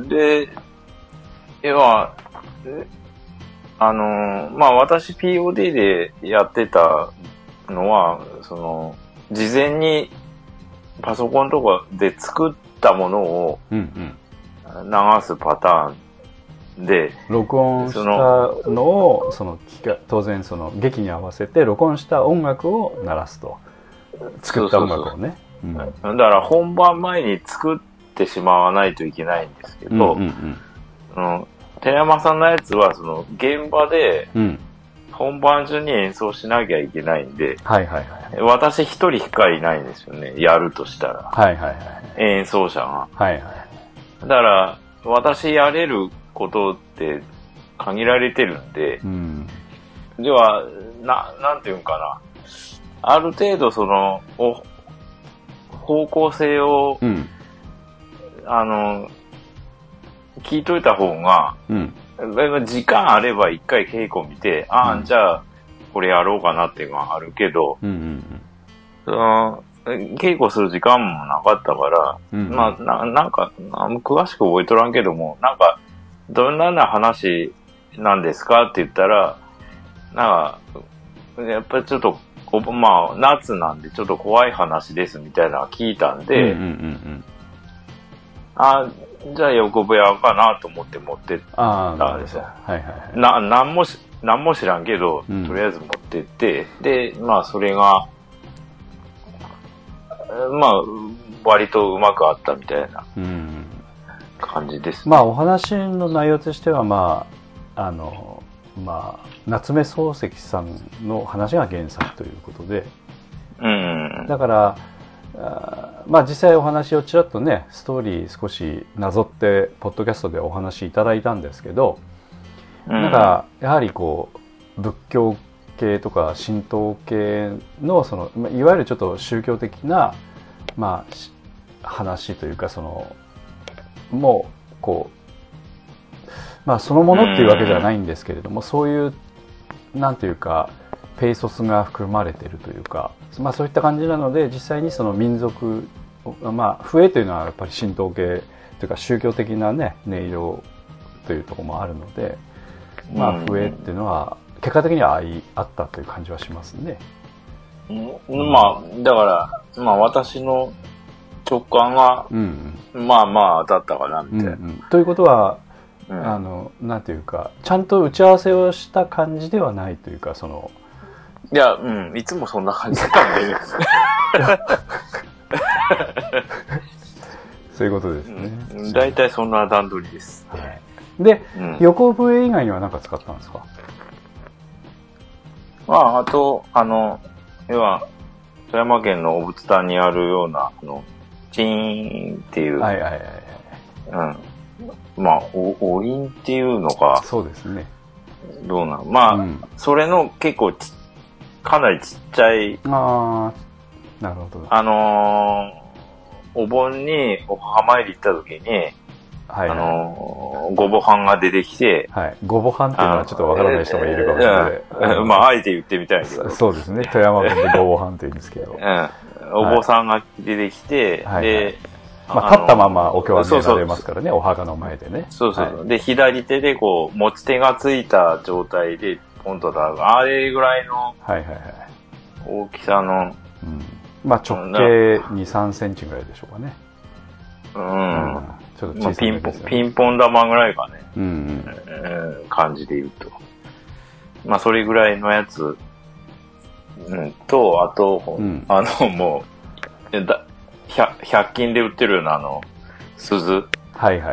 で、私 POD でやってたのは、事前にパソコンとかで作ったものを流すパターンで、 録音したのを当然劇に合わせて録音した音楽を鳴らすと、作った音楽をね。 だから本番前に作ってしまわないといけないんですけど、寺山さんのやつは現場で本番中に演奏しなきゃいけないんで、私一人しかいないんですよね、やるとしたら、演奏者が。だから私やれることって限られてるんで、ではなんていうんかな、ある程度方向性を、聞いといた方が、時間あれば一回稽古見て、じゃあこれやろうかなっていうのはあるけど、稽古する時間もなかったから、なんか詳しく覚えとらんけども、どんな話なんですかって言ったら、やっぱりちょっと夏なんでちょっと怖い話ですみたいなのを聞いたんで、じゃあ横笛やかなと思って持ってったんですよ。何も知らんけど、とりあえず持ってって、で、それが、割とうまくあったみたいな感じですね。 お話の内容としては、夏目漱石さんの話が原作ということで、だから実際お話をちらっとね、ストーリー少しなぞってポッドキャストでお話いただいたんですけど、やはり仏教系とか神道系のいわゆるちょっと宗教的な話というか、そのものっていうわけではないんですけれども、そういうなんていうかペイソスが含まれているというか、そういった感じなので、実際にその民族、笛というのはやっぱり神道系というか宗教的なね音色というところもあるので、笛っていうのは結果的にはあったという感じはしますね。 だから私の直感が当たったかなみたいな。 ということは、なんていうかちゃんと打ち合わせをした感じではないというか、 いや、いつもそんな感じだったんでそういうことですね。 大体そんな段取りです。 はい、で、横笛以外には何か使ったんですか？ あと、要は、富山県のお仏壇にあるような、チーンっていう、 はいはいはい。 まあ、おりんっていうのか。 そうですね。 どうなの？まあ、それの結構かなりちっちゃい。 ああ、なるほど。 お盆にお墓参り行った時に、 はいはい、 ごぼはんが出てきて、 はい。ごぼはんっていうのはちょっとわからない人もいるかもしれない。 まあ、あえて言ってみたいけど。 そうですね。富山弁でごぼはんって言うんですけど。 お坊さんが出てきて、 はい、で、まあ、立ったままお経は念られますからね、お墓の前でね。 そうそう。はい、で、左手でこう、持ち手がついた状態で、ポンとだ、あれぐらいの、 はいはいはい。 大きさの、 まあ、直径2、3センチぐらいでしょうかね。ちょっと小さい、ね、 ピンポン玉ぐらいかね。感じで言うと。まあ、それぐらいのやつ、と、あと、もう、100均で売ってるような鈴。 はいはいはい。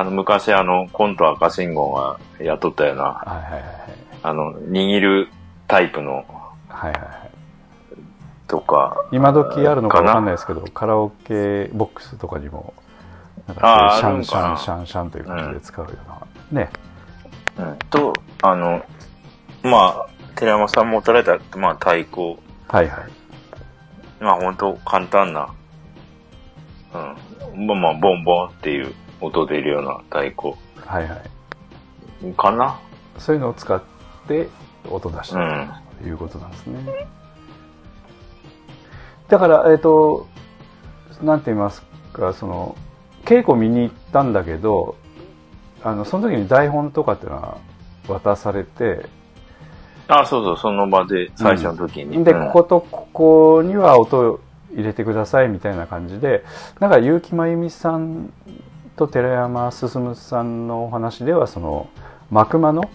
昔コント赤信号が雇ったような、 はいはいはい。 握るタイプの、 はいはいはい。 とか。 今時あるのかわかんないですけど、カラオケボックスとかにも、なんかシャンシャンシャンシャンという感じで使うような。ね。 と、まあ、寺山さんも取られた、まあ、太鼓。 はいはい。 まあ、本当簡単な、まあ、ボンボンっていう音出るような太鼓。 はいはい。 かな？ そういうのを使って音出したということなんですね。だから、なんて言いますか、稽古見に行ったんだけど、その時に台本とかっていうのは渡されて、 そうそう、その場で最初の時に。 で、こことここには音を入れてくださいみたいな感じで、なんか結城真由美さんと寺山進さんのお話では、幕間の、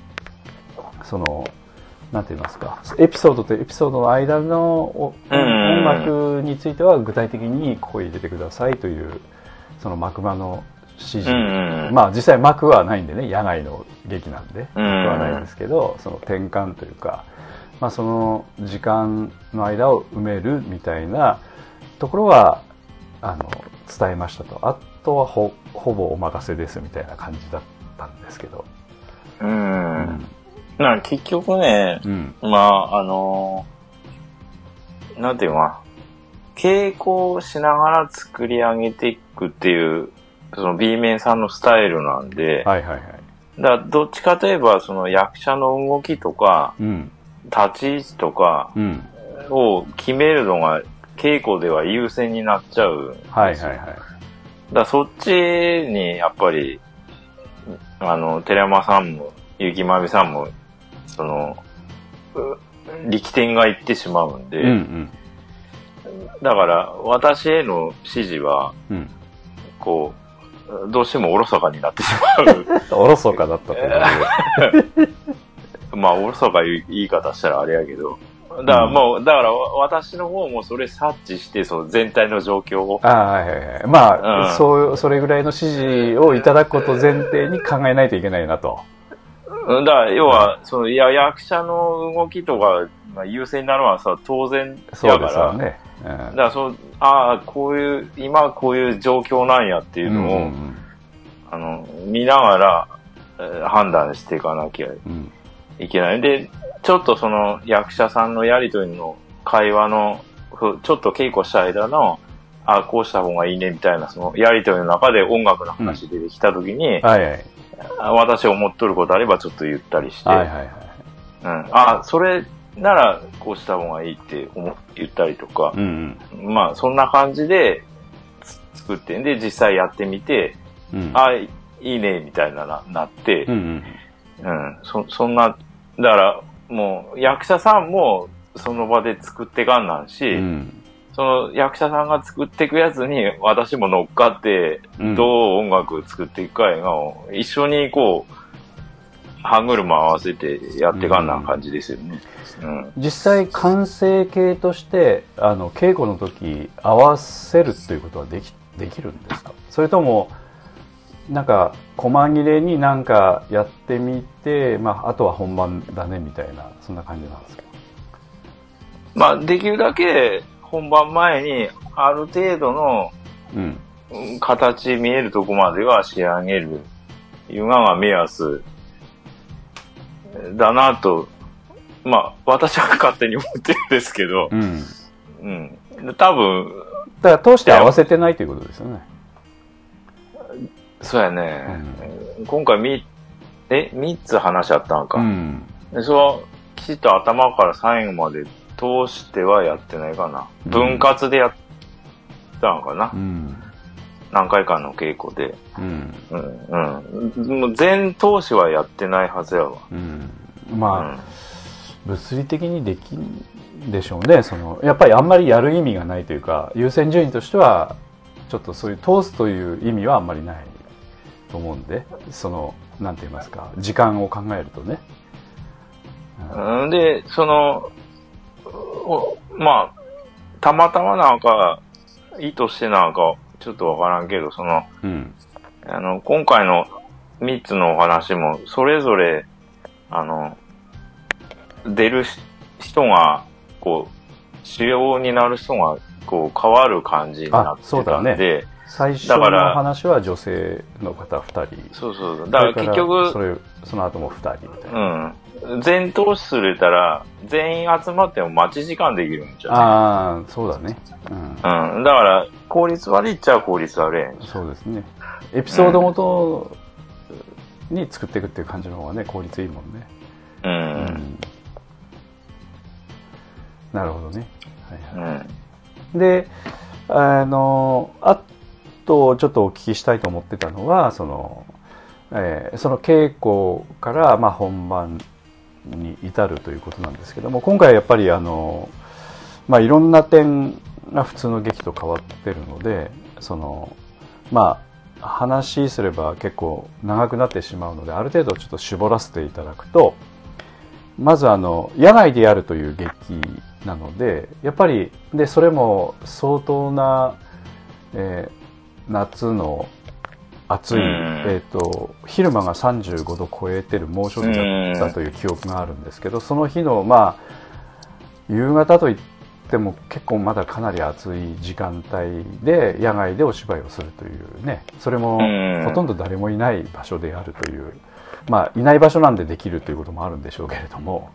なんて言いますか、エピソードとエピソードの間の音楽については具体的にここ入れてくださいという、その幕間の指示。まあ実際幕はないんでね、野外の劇なんで、幕はないんですけど、その転換というか、まあその時間の間を埋めるみたいなところは、伝えましたと。あとはほぼお任せですみたいな感じだったんですけど。 結局ね、まあ、なんていうのかな、稽古をしながら作り上げていくっていう、その B 面さんのスタイルなんで、 はいはいはい。 だからどっちかといえば、その役者の動きとか、立ち位置とかを決めるのが稽古では優先になっちゃうんですよ。はいはいはい。だからそっちにやっぱり、寺山さんも、結城真美さんも、力点がいってしまうんで、だから私への指示は、こう、どうしてもおろそかになってしまう。 おろそかだったってまあ、おろそか言い方したらあれやけど。だから私の方もそれ察知して、全体の状況を。 はいはいはい。まあ、それぐらいの指示をいただくことを前提に考えないといけないなと。 だから、要は、役者の動きとかが優先になるのはさ、当然やから。そうですよね。だから今こういう状況なんやっていうのを、見ながら、判断していかなきゃいけない。で、ちょっと役者さんのやりとりの会話の、ちょっと稽古した間の、こうした方がいいねみたいな、やりとりの中で音楽の話出てきたときに、私思っとることあればちょっと言ったりして、それならこうした方がいいって言ったりとか、まあそんな感じで作ってんで、実際やってみて、いいねみたいななって、そんな、だからもう役者さんもその場で作ってかんなんし、その役者さんが作っていくやつに私も乗っかって、どう音楽作っていくかを一緒にこう、歯車合わせてやってかんな感じですよね。 実際完成形として、稽古の時合わせるということはできできるんですか？それともなんか細切れになんかやってみて、あとは本番だねみたいな、そんな感じなんですか？ できるだけ本番前にある程度の形見えるとこまでは仕上げるいうのが目安だなと、私は勝手に思ってるんですけど、多分だから通して合わせてないということですよね。 そうやね、今回3つ話し合ったんか、でそれはきちっと頭から最後まで通してはやってないかな、分割でやったのかな、何回かの稽古で、もう全通しはやってないはずやわ。 物理的にできんでしょうね。やっぱりあんまりやる意味がないというか、優先順位としてはちょっとそういう通すという意味はあんまりないと思うんで、なんて言いますか、時間を考えるとね。 でたまたまなんか意図してなんかちょっとわからんけど、今回の3つのお話もそれぞれ出る人が主要になる人が変わる感じになってたんで、 最初の話は女性の方2人。 そうだから結局その後も2人みたいな。 全投資するたら全員集まっても待ち時間できるんじゃない？ ああ、そうだね。 だから効率悪いっちゃ効率悪い。 そうですね。エピソードごとに作っていくっていう感じの方がね、効率いいもんね。なるほどね。で、あとちょっとお聞きしたいと思ってたのは、その稽古から本番に至るということなんですけども、今回やっぱりいろんな点が普通の劇と変わってるので、話すれば結構長くなってしまうので、ある程度ちょっと絞らせていただくと、まず野外でやるという劇なので、やっぱりそれも相当な、夏の暑い、昼間が35度超えてる猛暑日だったという記憶があるんですけど、その日の夕方といっても結構まだかなり暑い時間帯で野外でお芝居をするというね、それもほとんど誰もいない場所でやるという、いない場所なんでできるということもあるんでしょうけれども、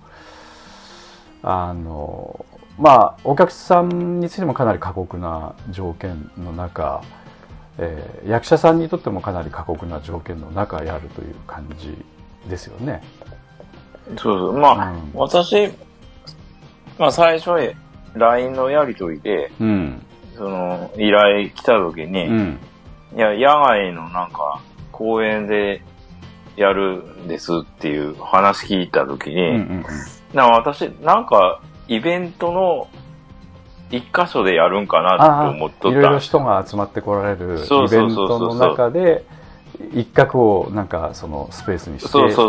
お客さんについてもかなり過酷な条件の中、役者さんにとってもかなり過酷な条件の中やるという感じですよね。 そう私、最初へ LINE のやりとりで、依頼来た時に、いや、野外のなんか公園でやるんですっていう話聞いた時に、私なんかイベントの一箇所でやるんかなと思っとった。いろいろ人が集まってこられるイベントの中で一角をなんかそのスペースにして、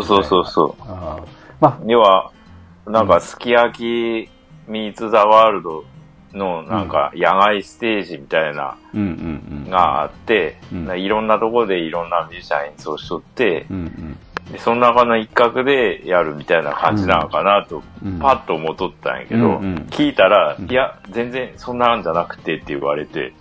要はなんかすき焼きミーツザワールドのなんか野外ステージみたいながあって、いろんなところでいろんなミュージシャン演奏しとって、でその中の一角でやるみたいな感じなのかなと、パッと思っとったんやけど、聞いたら、いや、全然そんなんじゃなくてって言われて、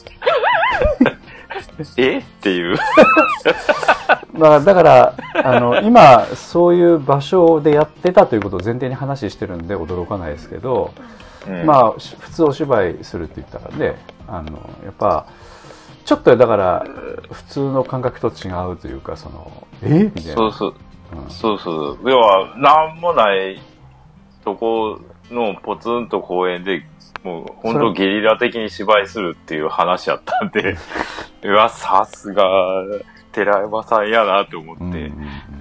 えっていう。 だから今そういう場所でやってたということを前提に話してるんで驚かないですけど、普通お芝居するって言ったらね、やっぱちょっとだから普通の感覚と違うというか、みたいな。 そう要はなんもないとこのポツンと公園でもう本当ゲリラ的に芝居するっていう話やったんでうわ、さすが寺山さんやなと思って、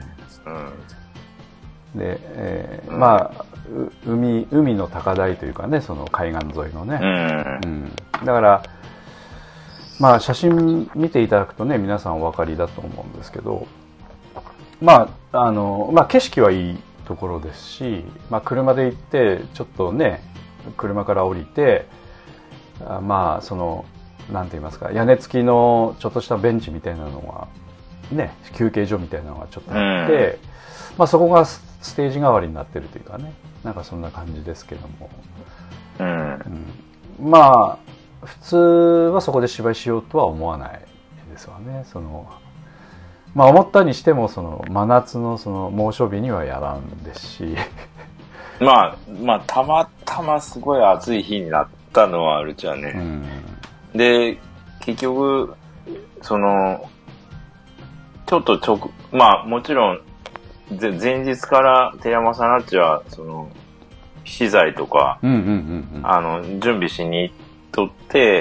で、海の高台というかね、その海岸沿いのね、だから写真見ていただくとね、皆さんお分かりだと思うんですけど、景色はいいところですし、車で行ってちょっとね、車から降りて、 なんて言いますか、屋根付きのちょっとしたベンチみたいなのがね、休憩所みたいなのがちょっとあって、まあそこがステージ代わりになってるというかね、なんかそんな感じですけども、まあ普通はそこで芝居しようとは思わないですわね。まあ思ったにしても真夏の猛暑日にはやらんですしまあたまたますごい暑い日になったのはあるじゃね、で結局ちょっとまあもちろん前日から寺山さんたちは資材とか準備しに行っとって、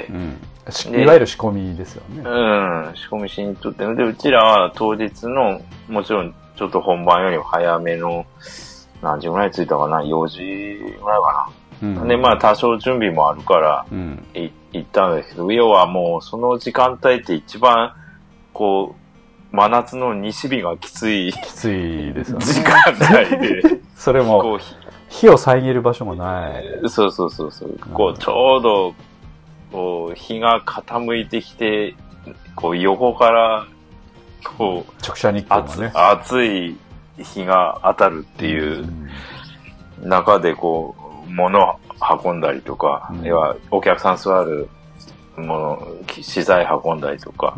いわゆる仕込みですよね。 仕込みしに行っとってで、うちらは当日のもちろんちょっと本番よりも早めの何時ぐらい着いたかな、4時ぐらいかな、でまあ多少準備もあるから行ったんですけど、要はもうその時間帯って一番こう真夏の西日がきついですよね、 時間帯でそれも火を遮る場所もない。 そうこうちょうどこう日が傾いてきて、こう横からこう直射日光がね、 暑い日が当たるっていう中でこう物を運んだりとか、要はお客さん座るもの資材運んだりとか、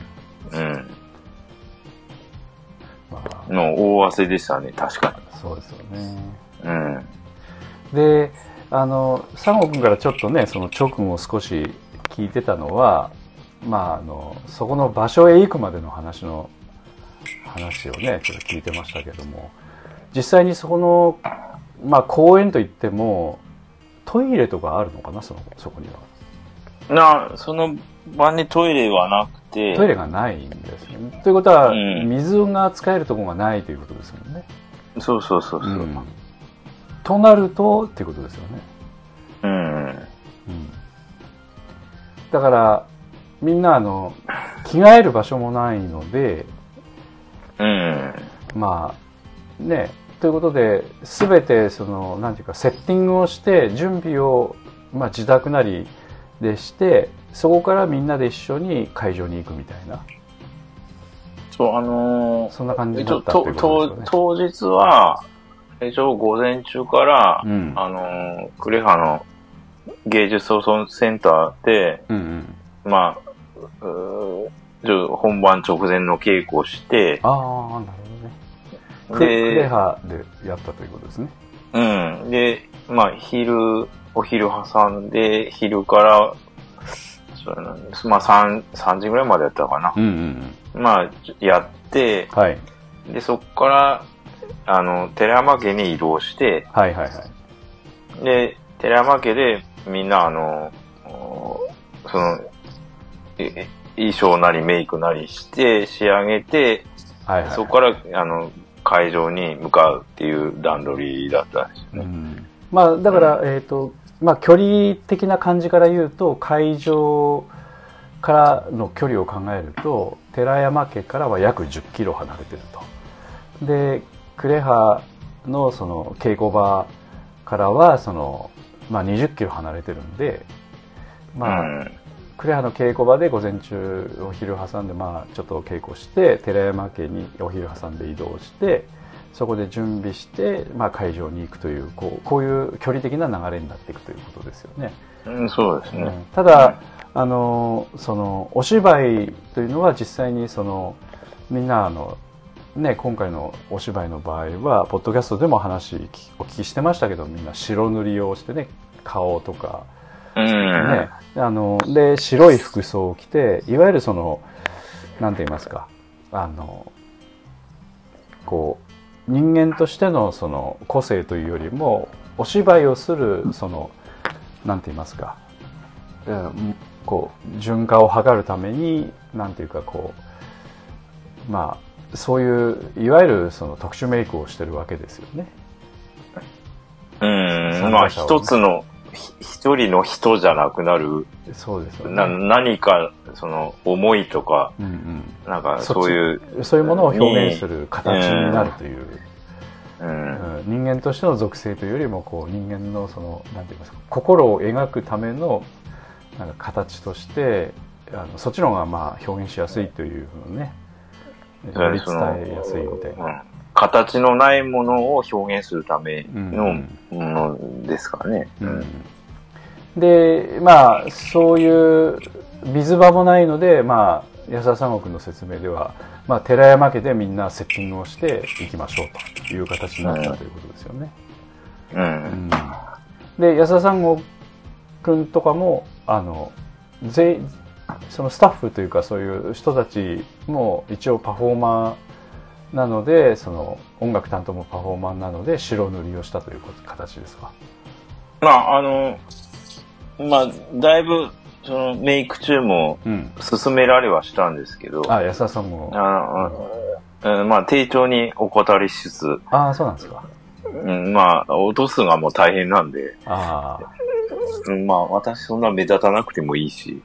もう大汗でしたね、確かに。 そうですよね。で三郷君からちょっとねその直後少し聞いてたのは、まあそこの場所へ行くまでの話をねちょっと聞いてましたけども、実際にそこのまあ公園といってもトイレとかあるのかな、そこには。その場にトイレはなくて。 トイレがないんですね。ということは、水が使えるところがないということですもんね。 そう。 となるとっていうことですよね。だからみんな着替える場所もないので、まあね、ということで全てなんていうかセッティングをして準備をまあ自宅なりでして、そこからみんなで一緒に会場に行くみたいな。そんな感じだったっていうことですよね。 当日は一応午前中から、呉羽の芸術創造センターで、まあ本番直前の稽古をして、 なるほどね。呉羽でやったということですね。 で、まあお昼挟んで、昼からまあ3時ぐらいまでやったかな。まあやって、でそこから寺山家に移動して、で寺山家でみんな衣装なりメイクなりして仕上げて、そこから会場に向かうっていう段取りだったんですよね。 まあだからまあ距離的な感じから言うと、会場からの距離を考えると寺山家からは約10キロ離れてると。で呉羽の稽古場からはまあ20キロ離れてるんで、まあ呉羽の稽古場で午前中お昼挟んでまあちょっと稽古して、寺山家にお昼挟んで移動して、そこで準備して、まあ、会場に行くというこういう距離的な流れになっていくということですよね。 そうですね。 ただお芝居というのは実際にみんなね、今回のお芝居の場合はポッドキャストでもお聞きしてましたけど、みんな白塗りをしてね、顔とか、ね、で白い服装を着て、いわゆるなんて言いますか、こう人間としての個性というよりも、お芝居をするなんて言いますか、こう順化を図るためになんていうかまあそういういわゆる特殊メイクをしてるわけですよね。 まあ一人の人じゃなくなる。 そうですよね。 何か思いとか、なんかそういうものを表現する形になるという、人間としての属性というよりも人間のなんて言いますか、心を描くためのなんか形としてそっちの方がまあ表現しやすいというのね、より伝えやすいので、 形のないものを表現するためのものですからね。 でまあそういう水場もないので、まあ安田三国の説明では、まあ、寺山家でみんなセッティングをしていきましょうという形になったということですよね。で安田三国君とかもそのスタッフというかそういう人たちも一応パフォーマーなので、その音楽担当もパフォーマーなので白塗りをしたという形ですか。 まあまあだいぶそのメイク中も進められはしたんですけど、 安田さんもまあ丁重に怠りしつつ、 そうなんですか。 まあ落とすのがもう大変なんで、まあ私そんな目立たなくてもいいし、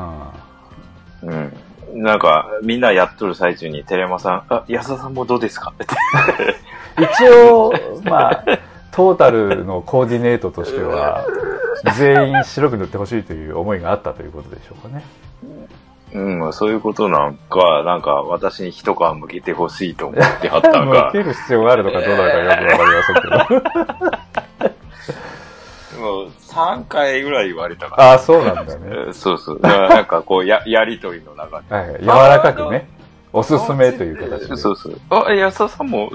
なんかみんなやっとる最中に寺山さん、安田さんもどうですかって一応まあトータルのコーディネートとしては全員白く塗ってほしいという思いがあったということでしょうかね。 そういうことなんか、なんか私に一皮向けてほしいと思ってはったのか。 向ける必要があるのかどうなのかよくわかりませんけど。 もう3回ぐらい言われたから。 そうなんだね。 そう。だからなんかこうやりとりの中で。 柔らかくね。おすすめという形で。 そう。安田さんもって。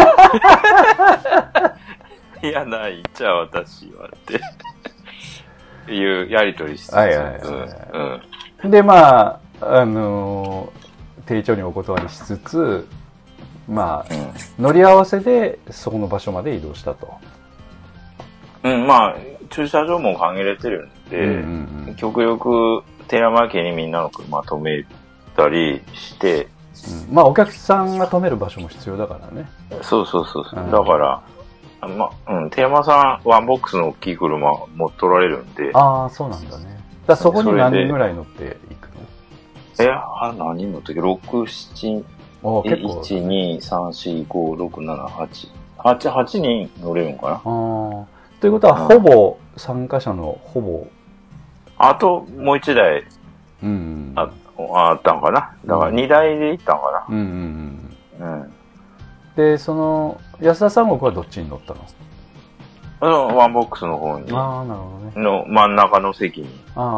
いや、ないっちゃ私はっていうやりとりして、 でまあ丁重にお断りしつつ、まあ、乗り合わせでそこの場所まで移動したと。 まあ駐車場も限られてるんで、極力寺山家にみんなの車止めたりして、 まあお客さんが止める場所も必要だからね。 そう。だから。寺山さん、ワンボックスの大きい車持っとられるんで。 そうなんだね。そこに何人ぐらい乗っていくの？ 何人乗ってる？ 6、7、1、2、3、4、5、6、7、8人乗れるのかな？ ということは、ほぼ、参加者のほぼ。 あと、もう1台、あったんかな？だから2台で行ったんかな？ で、その、安田三国はどっちに乗ったの？ ワンボックスの方に。 なるほどね。 の真ん中の席に。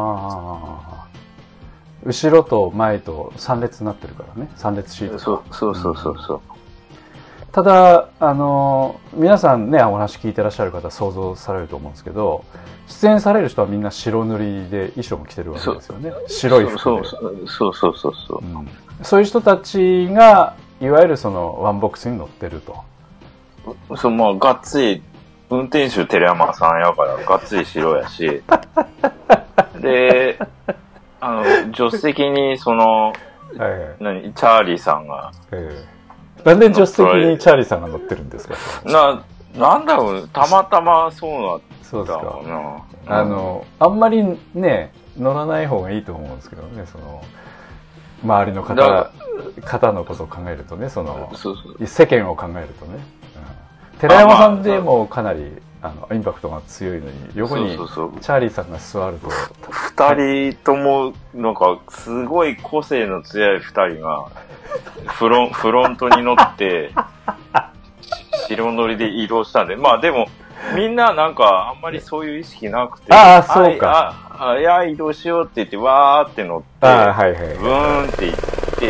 後ろと前と3列になってるからね。3列シート。 そう。 ただ、皆さんね、お話聞いてらっしゃる方想像されると思うんですけど、出演される人はみんな白塗りで衣装も着てるわけですよね。白い服で。 そう。 そういう人たちが、いわゆるそのワンボックスに乗ってると。 まあ、がっつり、運転手寺山さんやから、がっつり白やし、で、助手席に、チャーリーさんが、 なんで助手席にチャーリーさんが乗ってるんですか？ なんだろう、たまたまそうなったかな。 あんまりね、乗らない方がいいと思うんですけどね、周りの方のことを考えるとね、世間を考えるとね。寺山さんでもかなりインパクトが強いのに、横にチャーリーさんが座ると。 二人とも、なんか、すごい個性の強い二人が、フロントに乗って、白乗りで移動したんで、まあでも、みんななんか、あんまりそういう意識なくて、 そうか。 いや、移動しようって言って、わーって乗って、ブーンって行って、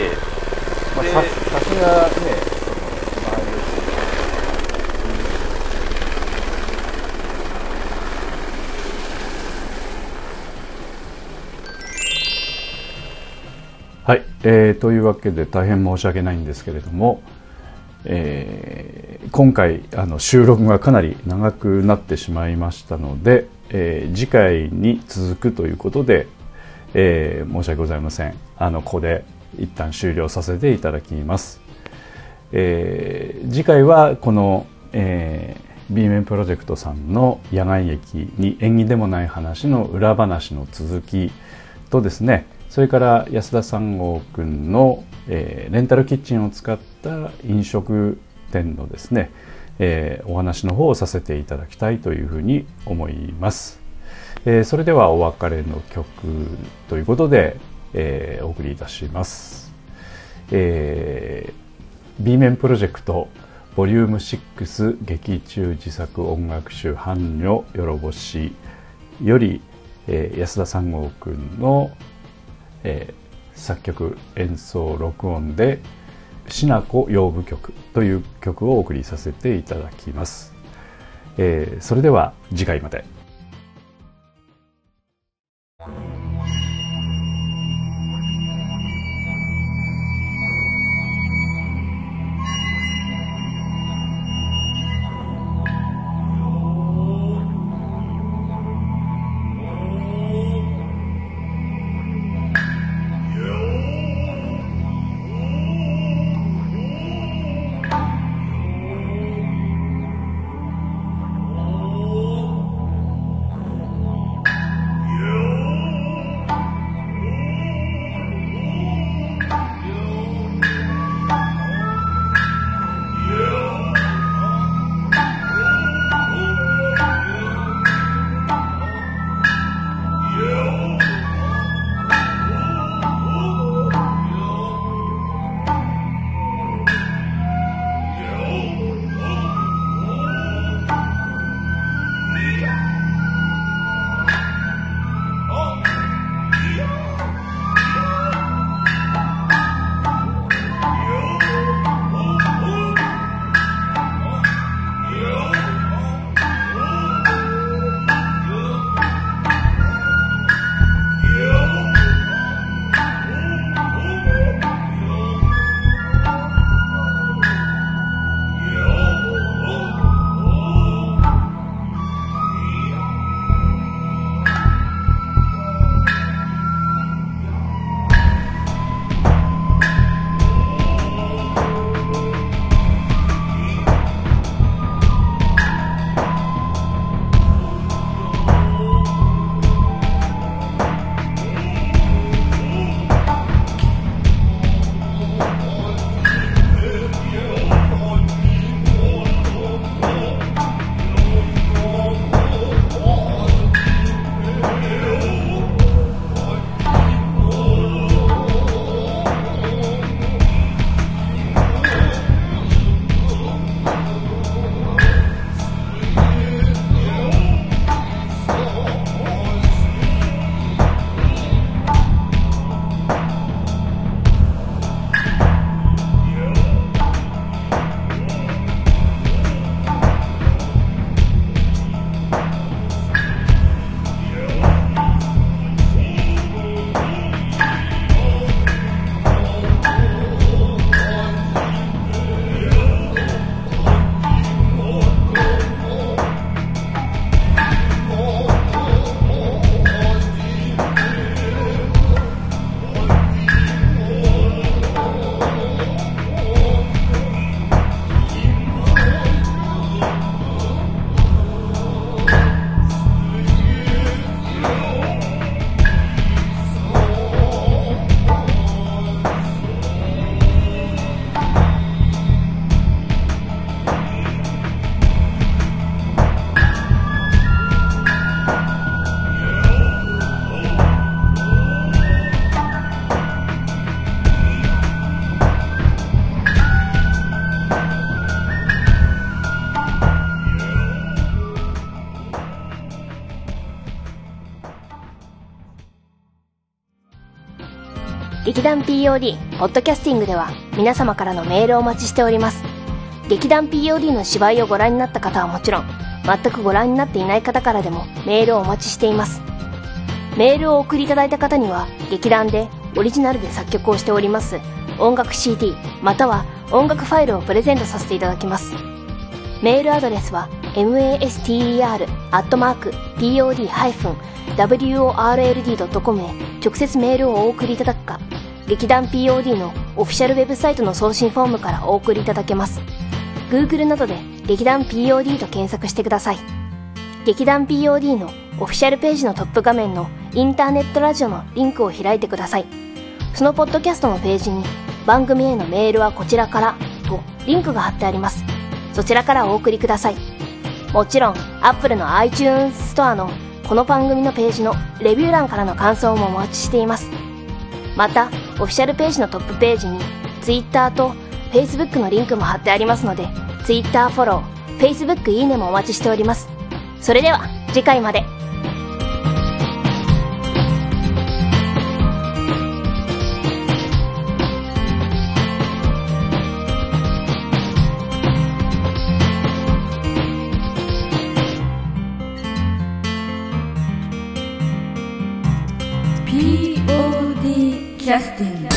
さすがね、はい、というわけで大変申し訳ないんですけれども、今回収録がかなり長くなってしまいましたので、次回に続くということで、申し訳ございません。ここで一旦終了させていただきます。次回はこの、B 面プロジェクトさんの野外劇に縁起でもない話の裏話の続きとですね、それから安田三郷くんの、レンタルキッチンを使った飲食店のですね、お話の方をさせていただきたいというふうに思います。 それではお別れの曲ということで、お送りいたします。B 面プロジェクトボリューム6劇中自作音楽集伴女よろぼしより、安田三郷くんの、作曲演奏録音でしなこ養父曲という曲をお送りさせていただきます。それでは次回まで。 劇団 POD ポッドキャスティングでは皆様からのメールをお待ちしております。劇団 POD の芝居をご覧になった方はもちろん、全くご覧になっていない方からでもメールをお待ちしています。メールをお送りいただいた方には劇団でオリジナルで作曲をしております音楽 CD または音楽ファイルをプレゼントさせていただきます。メールアドレスは master@pod-world.com へ直接メールをお送りいただくか、劇団 POD のオフィシャルウェブサイトの送信フォームからお送りいただけます。 Google などで劇団 POD と検索してください。劇団 POD のオフィシャルページのトップ画面のインターネットラジオのリンクを開いてください。そのポッドキャストのページに番組へのメールはこちらからとリンクが貼ってあります。そちらからお送りください。もちろん Apple の iTunes ストアのこの番組のページのレビュー欄からの感想もお待ちしています。また、オフィシャルページのトップページに Twitter と Facebook のリンクも貼ってありますので、Twitter フォロー、Facebook いいねもお待ちしております。それでは次回まで。 POD キャスティング